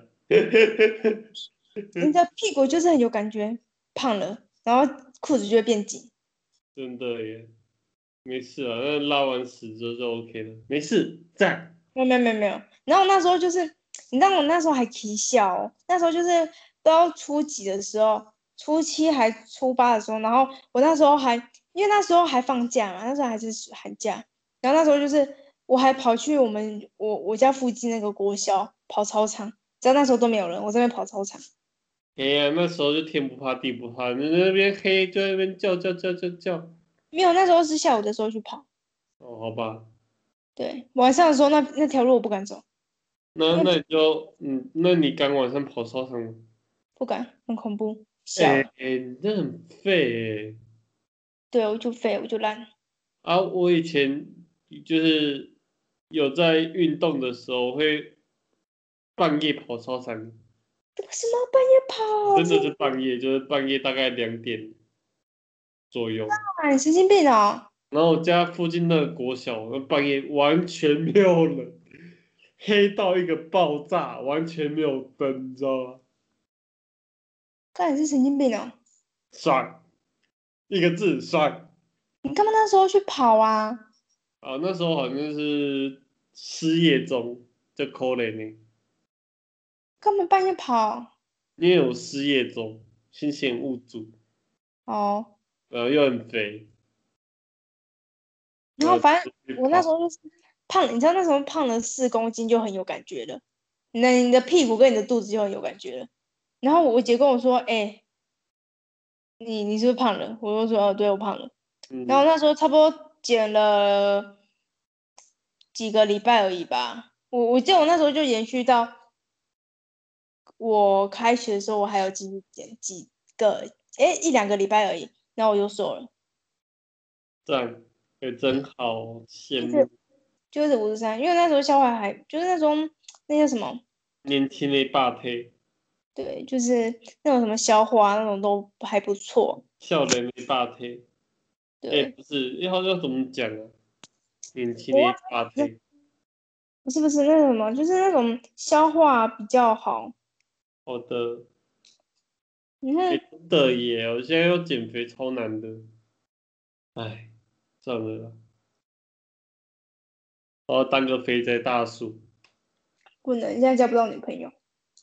你的屁股就是很有感觉，胖了，然后裤子就会变紧。 真的耶，没事啊，那拉完屎之后就 OK 了，没事，赞。 没有没有没有没有。然后那时候就是，你知道我那时候还起笑哦，那时候就是都要初几的时候，初7还初8的时候，然后我那时候还，因为那时候还放假嘛，那时候还是寒假，然后那时候就是我还跑去我家附近那个国小跑操场，只要那时候都没有人，我在那边跑操场。 哎呀，那时候就天不怕地不怕，你那边黑就在那边叫叫叫叫叫。 没有，那时候是下午的时候去跑。 哦，好吧， 对，晚上的时候那条路我不敢走，因为那你就那你敢晚上跑操场吗？ 不敢，很恐怖， 哎小。 哎，你这很废哎。 对，我就废，我就烂。 啊，我以前就是有在运动的时候会半夜跑操场， 为什么半夜跑？ 真的是半夜，就是半夜大概2点左右。 你神经病哦！ 然后我家附近那个国小，那半夜完全没有人，黑到一个爆炸，完全没有灯，你知道吗？ 看你是神经病哦！ 爽，一个字爽。 你干嘛那时候去跑啊？ 啊，那时候好像是失业中，就可怜呢， 干嘛半夜跑？ 因为我失业中，新鲜物主， 哦， 又很肥，然后然后反正我那时去跑。 候就是胖，你知道那时候胖了4公斤就很有感觉了，你的屁股跟你的肚子就很有感觉了。然后我姐跟我说：“哎、你是不是胖了？”我就说：“哦，对，我胖了。”然后嗯， 那时候差不多减了几个礼拜而已吧。我记得我那时候就延续到我开学的时候，我还有继续减几个，1、2个礼拜而已，然后我就瘦了， 赞，也真好， 就是羡慕就是53，因为那时候消化还就是那种那些什么， 年轻的霸体， 对，就是那种什么消化那种都还不错。 少年的霸体。 对， 不是，要怎么讲啊？年轻我忘的发记配， 不是那什么，就是那种消化比较好。 好的， 你看， 真的耶，我现在要减肥超难的，哎，算了啦，我要当个肥宅大叔。 不能，现在交不到女朋友，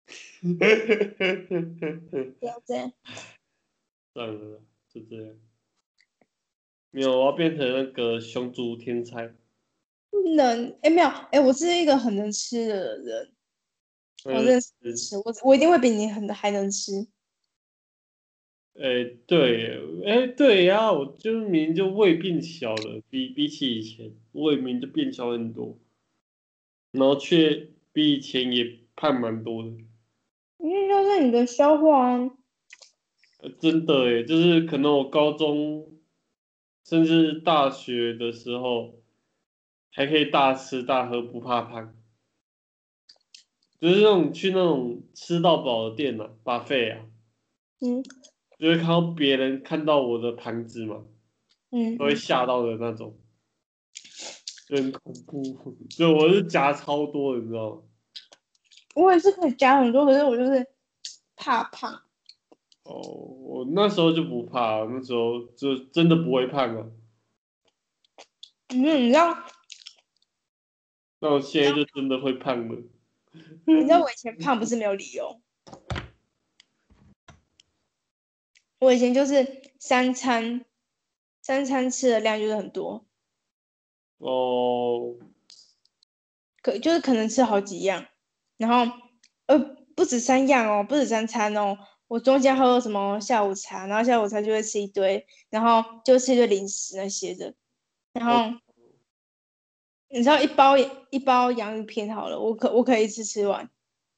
不要这样。 算了啦，就这样。没有，我要变成那个熊族天才。 不能，哎，没有，哎，我是一个很能吃的人，我嗯， 认识吃，我一定会比你还能吃。 哎，对耶，哎，对呀，我就明明就胃变小了，比起以前，胃明明就变小很多，然后却比以前也胖蛮多的。 因为就是你的消化啊， 真的诶，就是可能我高中甚至大学的时候，还可以大吃大喝不怕胖，就是去那种吃到饱的店啊，buffet 啊， 嗯就会看到别人看到我的盘子嘛，都会嗯， 吓到的那种，就很恐怖。就我是夹超多的，你知道吗？ 我也是可以加很多，可是我就是怕胖。 哦，我那时候就不怕，那时候就真的不会胖啊。 你知道， 那我现在就真的会胖了。 你知道我以前胖不是没有理由，我以前就是三餐吃的量就是很多， 哦， 就是可能吃好几样，然后不止3样哦，不止3餐哦，我中间还有什么下午茶，然后下午茶就会吃一堆，然后就吃一堆零食那些的，然哦， 后你知道一包洋芋片好了，我可以一次吃完，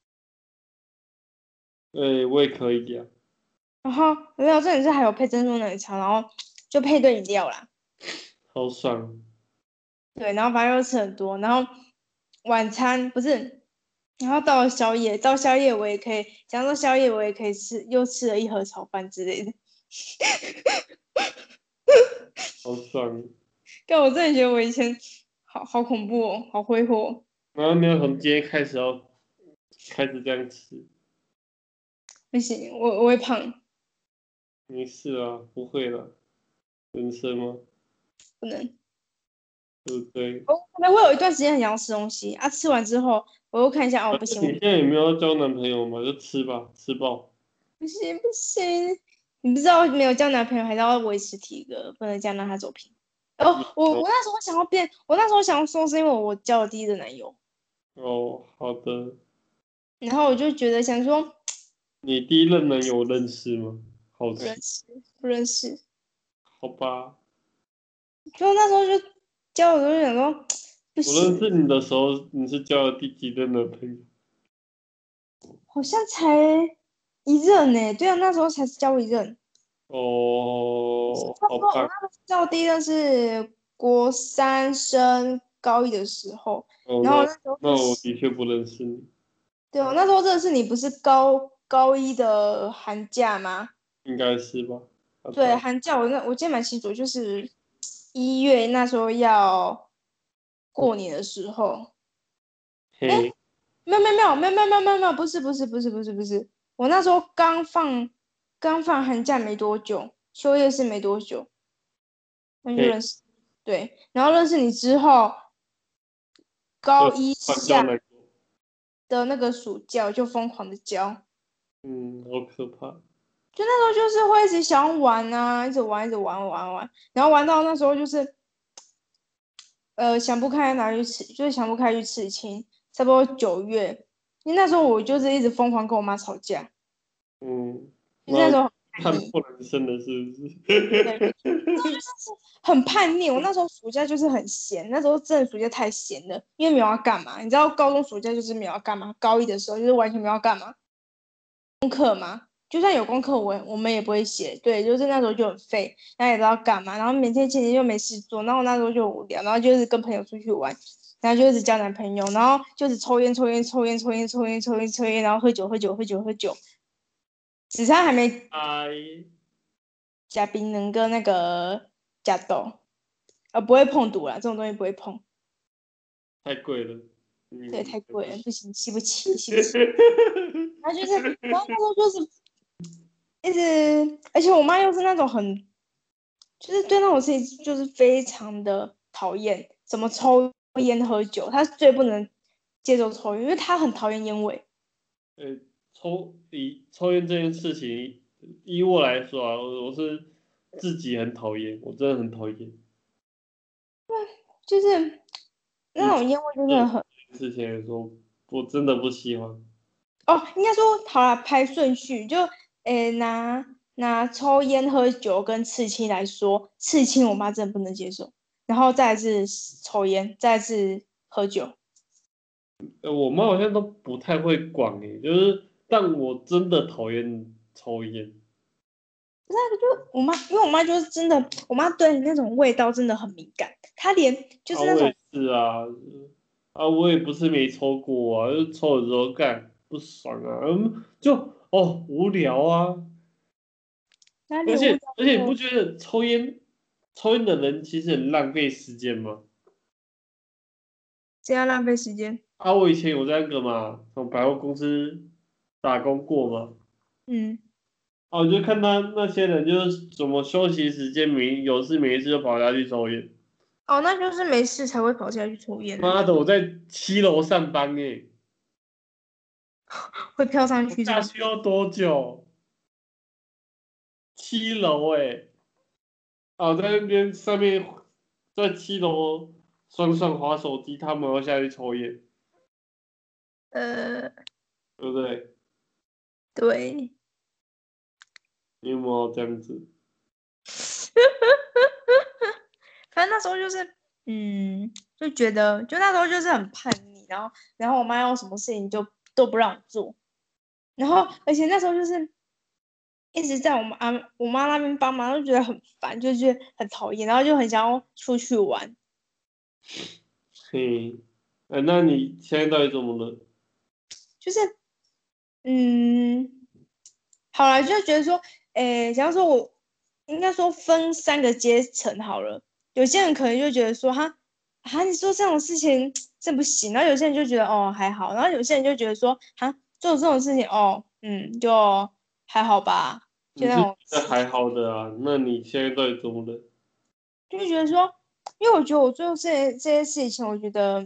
对，我也可以呀、 然后没有，这里是还有配珍珠奶茶，然后就配对饮料啦。 好爽。 对，然后反正又吃很多，然后晚餐不是，然后到宵夜我也可以，讲到宵夜我也可以吃，又吃了一盒炒饭之类的。 好爽！ 但我真的觉得我以前好恐怖哦，好挥霍。 然后没有从今天开始要开始这样吃， 不行，我会胖， 没事啊，不会了，人生吗？ 不能。 对不对？ 可能我有一段时间很想要吃东西啊，吃完之后我又看一下，哦，不行， 反正你现在也没有要交男朋友嘛，就吃吧，吃爆。 不行，你不知道没有交男朋友还是要维持体格，不能这样让他走平。哦，我那时候想要变，我那时候想要说是因为我交了第一个男友， 哦，好的。 然后我就觉得想说你第一任男友认识吗？好不认奇， 识不认识， 好吧。 就那时候就交了，我就想说不我认识行， 你的时候，你是交了第几任男朋友？ 好像才一任呢、对啊，那时候才交一任， 哦， 差不多我好吧。 那时候交的第一任是国三升高一的时候， 哦，那然后那时候那我是。 的确不认识你， 对哦，那时候真的是你不是高一的寒假吗？ 应该是吧？好对， 的。 寒假我记得蛮清楚，就是1月那时候要过年的时候，哎， 嘿， 没有，不是，我那时候刚放寒假没多久，休业是没多久，那就嘿， 认识，对，然后认识你之后，高就一下换交男友。 的那个暑假我就疯狂的交。 嗯，好可怕。 就那时候就是会一直想玩啊，一直玩，然后玩到那时候就是想不开拿去吃，就是想不开去刺青，差不多9月，因为那时候我就是一直疯狂跟我妈吵架， 嗯，那就是那时候很叛逆， 看破人生了是不对，那就是？ 是很叛逆。我那时候暑假就是很闲，那时候真的暑假太闲了，因为没有要干嘛。你知道高中暑假就是没有要干嘛，高一的时候就是完全没有要干嘛。就算有功课我们也不会写，对，就是那时候就很废，然后也不知道干嘛，然后每天其实又没事做，然后那时候就无聊，然后就是跟朋友出去玩，然后就一直交男朋友，然后就是抽烟，然后喝酒，只差还没哎， 加槟榔跟那个假豆，不会碰毒啦，这种东西不会碰。 太贵了。 对，太贵了，不行，吸不起，吸不起。然后就是，然后那时候就是一直，而且我妈又是那种很，就是对那种事情就是非常的讨厌，怎么抽烟喝酒，她最不能接受抽烟，因为她很讨厌烟味。 抽烟这件事情，以我来说啊，我是自己很讨厌，我真的很讨厌。 就是那以种烟味真这的很， 事情来说，我真的不喜欢。 哦，应该说好了，排顺序，就拿抽烟喝酒跟刺青来说，刺青我妈真的不能接受，然后再来是抽烟，再来是喝酒。 我妈好像都不太会管诶，就是但我真的讨厌抽烟。 我妈，因为我妈就是真的，我妈对那种味道真的很敏感，她连就啊， 是那种我也是啊，我也不是没抽过啊，就抽的时候干不爽啊，无聊啊。而哪里无聊且而且你不的， 觉得抽烟的人其实很浪费时间吗？ 这样浪费时间。 啊，我以前有在那个嘛，从百货公司打工过嘛。 嗯， 啊，我就看他那些人就是怎么休息时间有事没事就跑下去抽烟。 哦，那就是没事才会跑下去抽烟呢， 妈的，我在7楼上班耶， 会飘上我去是不是？ 下去要多久？7楼哎，啊，在那边上面在7楼爽爽滑手机，他们要下去抽烟， 呃， 对不对？ 对。 你有没有这样子？ 反正那时候就是，就觉得，就那时候就是很叛逆，然后我妈要什么事情就都不让我做，然后而且那时候就是一直在我妈那边帮忙，就觉得很烦，就觉得很讨厌，然后就很想要出去玩， 嘿，那你现在到底怎么了？ 就是嗯，好了，就觉得说，假如说我应该说分3个阶层好了，有些人可能就觉得说，你说这种事情这不行，然后有些人就觉得哦还好，然后有些人就觉得说，做这种事情哦，就还好吧，就你是觉那种得还好的啊？那你现在到底怎么了？ 就觉得说，因为我觉得我做这些事情，我觉得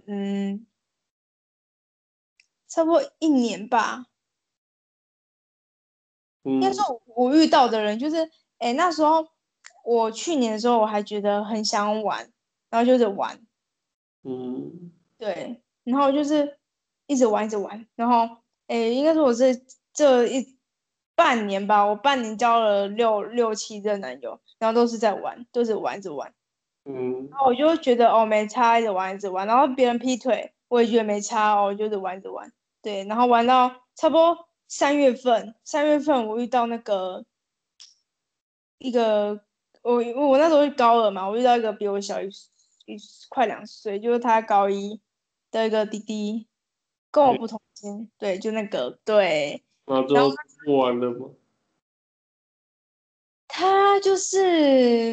差不多1年吧，应该嗯说我遇到的人就是，那时候我去年的时候我还觉得很想玩，然后就是玩， 嗯对，然后就是一直玩一直玩，然后应该说我这半年吧，我半年交了六七任男友，然后都是在玩，都是玩着玩， 嗯， 然后我就觉得哦没差，一直玩一直玩，然后别人劈腿我也觉得没差哦，就是玩着玩，对，然后玩到差不多三月份我遇到那个。一个我那时候是高二嘛，我遇到一个比我小快2岁，就是他高一的一个弟弟，跟我对， 不同间，对，就那个对， 然后最然后后不玩了吗？ 他就是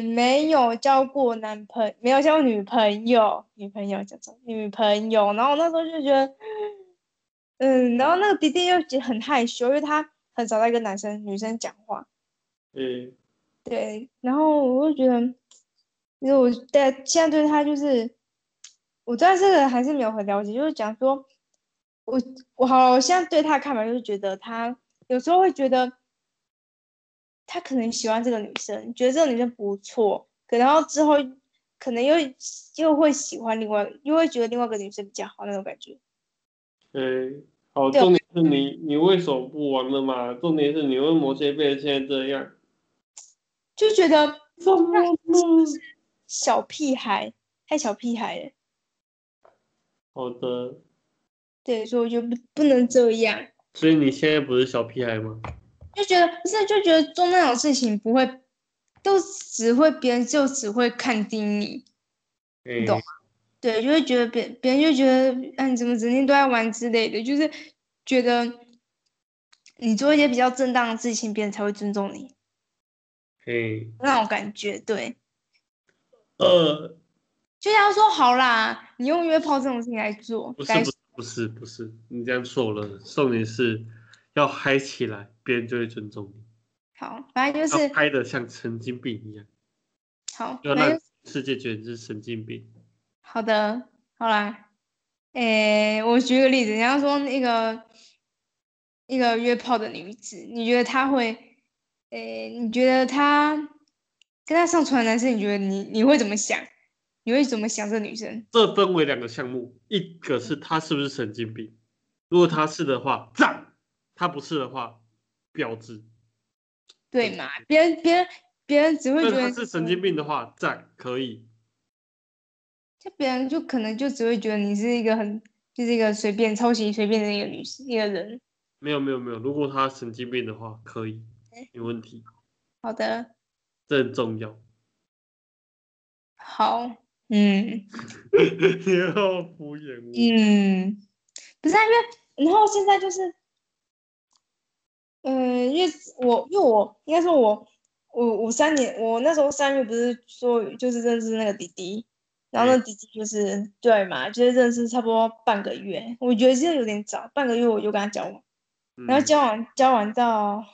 没有交过女朋友，女朋友叫做女朋友，然后我那时候就觉得，然后那个弟弟又觉得很害羞，因为他很少在跟女生讲话， 诶， 对，然后我就觉得，因为现在对他就是，我对这个还是没有很了解，就是讲说，我我现在对他的看法就是觉得他有时候会觉得他可能喜欢这个女生，觉得这个女生不错，然后之后可能又会喜欢又会觉得另外一个女生比较好那种感觉。 诶，好， 对， 重点是你为什么不玩了嘛？重点是你为某些变成现在这样， 就觉得怎么了？ 小屁孩，太小屁孩了。 好的， 对，所以我就不能这样。 所以你现在不是小屁孩吗？ 就觉得不是，就觉得做那种事情不会，别人就只会看低你，你懂吗？ 诶， 对，就会觉得别人就觉得，你怎么整天都在玩之类的，就是觉得你做一些比较正当的事情，别人才会尊重你诶， 那种感觉。对， 就像说好啦，你用约炮这种事情来做， 不是，你这样错了。重点是要嗨起来，别人就会尊重你。 好，反正就要是嗨的像神经病一样， 好， 要让反正世界觉得你是神经病。 好的，好啦。我举个例子，人家说那个约炮的女子，你觉得她会，你觉得她跟她上床的男生，你觉得你会怎么想？你会怎么想这个女生？ 这分为两个项目，一个是他是不是神经病，如果他是的话，赞；他不是的话，标志。 对嘛？别人只会那觉得， 他是神经病的话，赞可以。 就别人就可能就只会觉得你是一个就是一个随便抄袭随便的一个人。 没有，如果他神经病的话，可以，没问题， 好的， 这很重要。 好， 你要敷衍我。 嗯，不是啊，因为然后现在就是。因为我应该说我3年，我那时候3月不是说就是认识那个弟弟，然后哎， 那弟弟就是对嘛，就是认识差不多半个月，我觉得现在有点早，半个月我就跟他交往，然后嗯， 交往到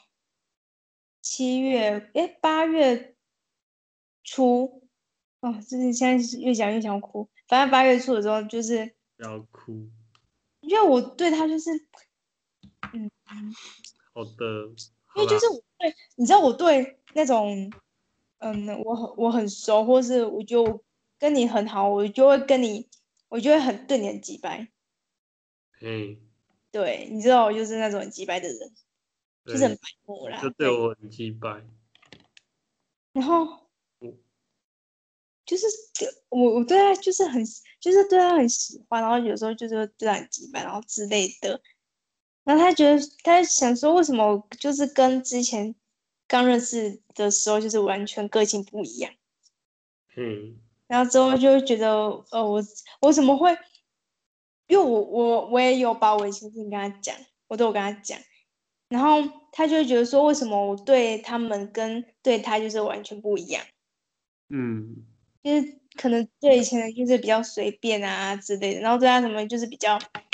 7月，8月初，哦，就是现在是越讲越想哭，反正8月初的时候，就是不要哭。 因为我对他就是嗯。 好的，好啦， 因为就是我对，你知道我对那种，我很熟，或是我觉得我跟你很好，我就会对你很急掰， 嘿， 对，你知道我就是那种很急掰的人，就是很对， 白目你就啦，对， 对我很鸡掰。 然后我就是我对他就是对他很喜欢，然后有时候就是会对他很急掰，然后之类的，然后他觉得他想说，为什么我就是跟之前刚认识的时候就是完全个性不一样。 嘿， 然后之后就会觉得，我怎么会？因为我也有把我以前事情跟他讲，我都有跟他讲，然后他就会觉得说，为什么我对他们跟对他就是完全不一样？ 嗯就是可能对以前的就是比较随便啊之类的，然后对他什么就是比较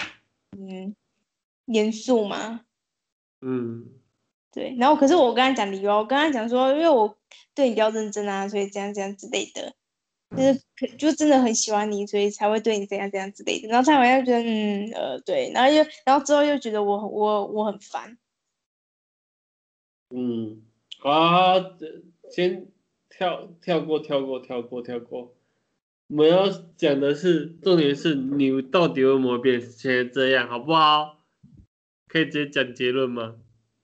严肃嘛， 嗯对。然后可是我跟他讲理由，我跟他讲说，因为我对你比较认真啊，所以这样这样之类的。就是就真的很喜欢你，所以才会对你怎样怎样之类的。然后他好像觉得，对，然后之后又觉得我很烦。 嗯，好啊，先跳过。我们要讲的是，重点是你到底为什么变成这样，好不好？可以直接讲结论吗？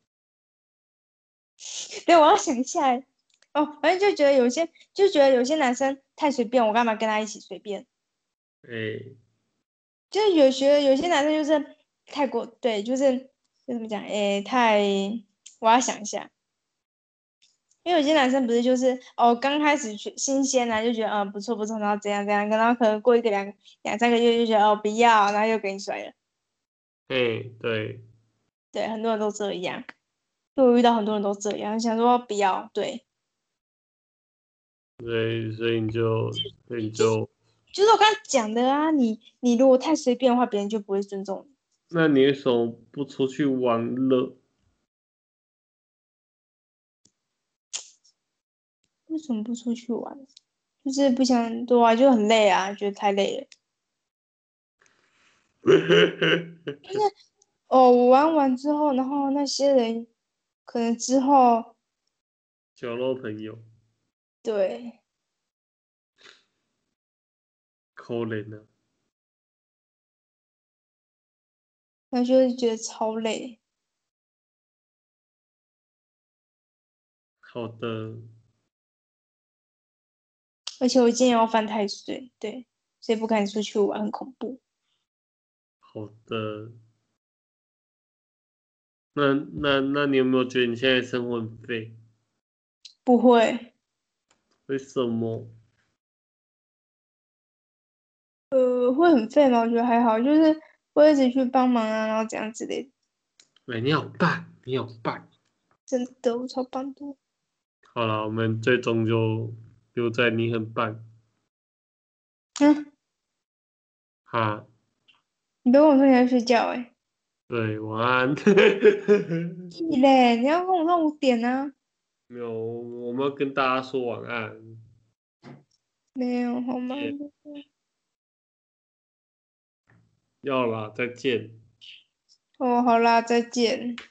对，我要想一下欸。哦，反正就觉得有些男生太随便，我干嘛跟他一起随便？ 哎， 就是有些男生就是太过，对，就怎么讲？我要想一下，因为有些男生不是就是刚开始新鲜啊，就觉得不错不错，然后怎样怎样，然后可能过一个两三个月就觉得不要，然后又给你甩了。 哎，对， 对，很多人都这样，就我遇到很多人都这样，想说不要，对， 对，所以你就是就， 就是我刚才讲的啊，你如果太随便的话，别人就不会尊重你。 那你为什么不出去玩乐？ 为什么不出去玩？就是不想，对啊，就很累啊，觉得太累了。我玩完之后，然后那些人可能之后， 角落朋友， 对， 可怜啊。 那就会觉得超累， 好的， 而且我今天要犯太岁，对，所以不敢出去玩，很恐怖。 好的。那你有没有觉得你现在生活很废？ 不会， 为什么？ 会很废吗？我觉得还好，就是会一直去帮忙啊，然后这样之类的。 哎，你好棒，你好棒。 真的，我超棒的。 好了，我们最终就留在你很棒。 嗯， 哈， 你不要跟我说你要睡觉对，晚安。 屁嘞！你要跟我说5点啊？ 没有，我们要跟大家说晚安。 没有好吗？ 要啦，再见。 哦，好啦，再见。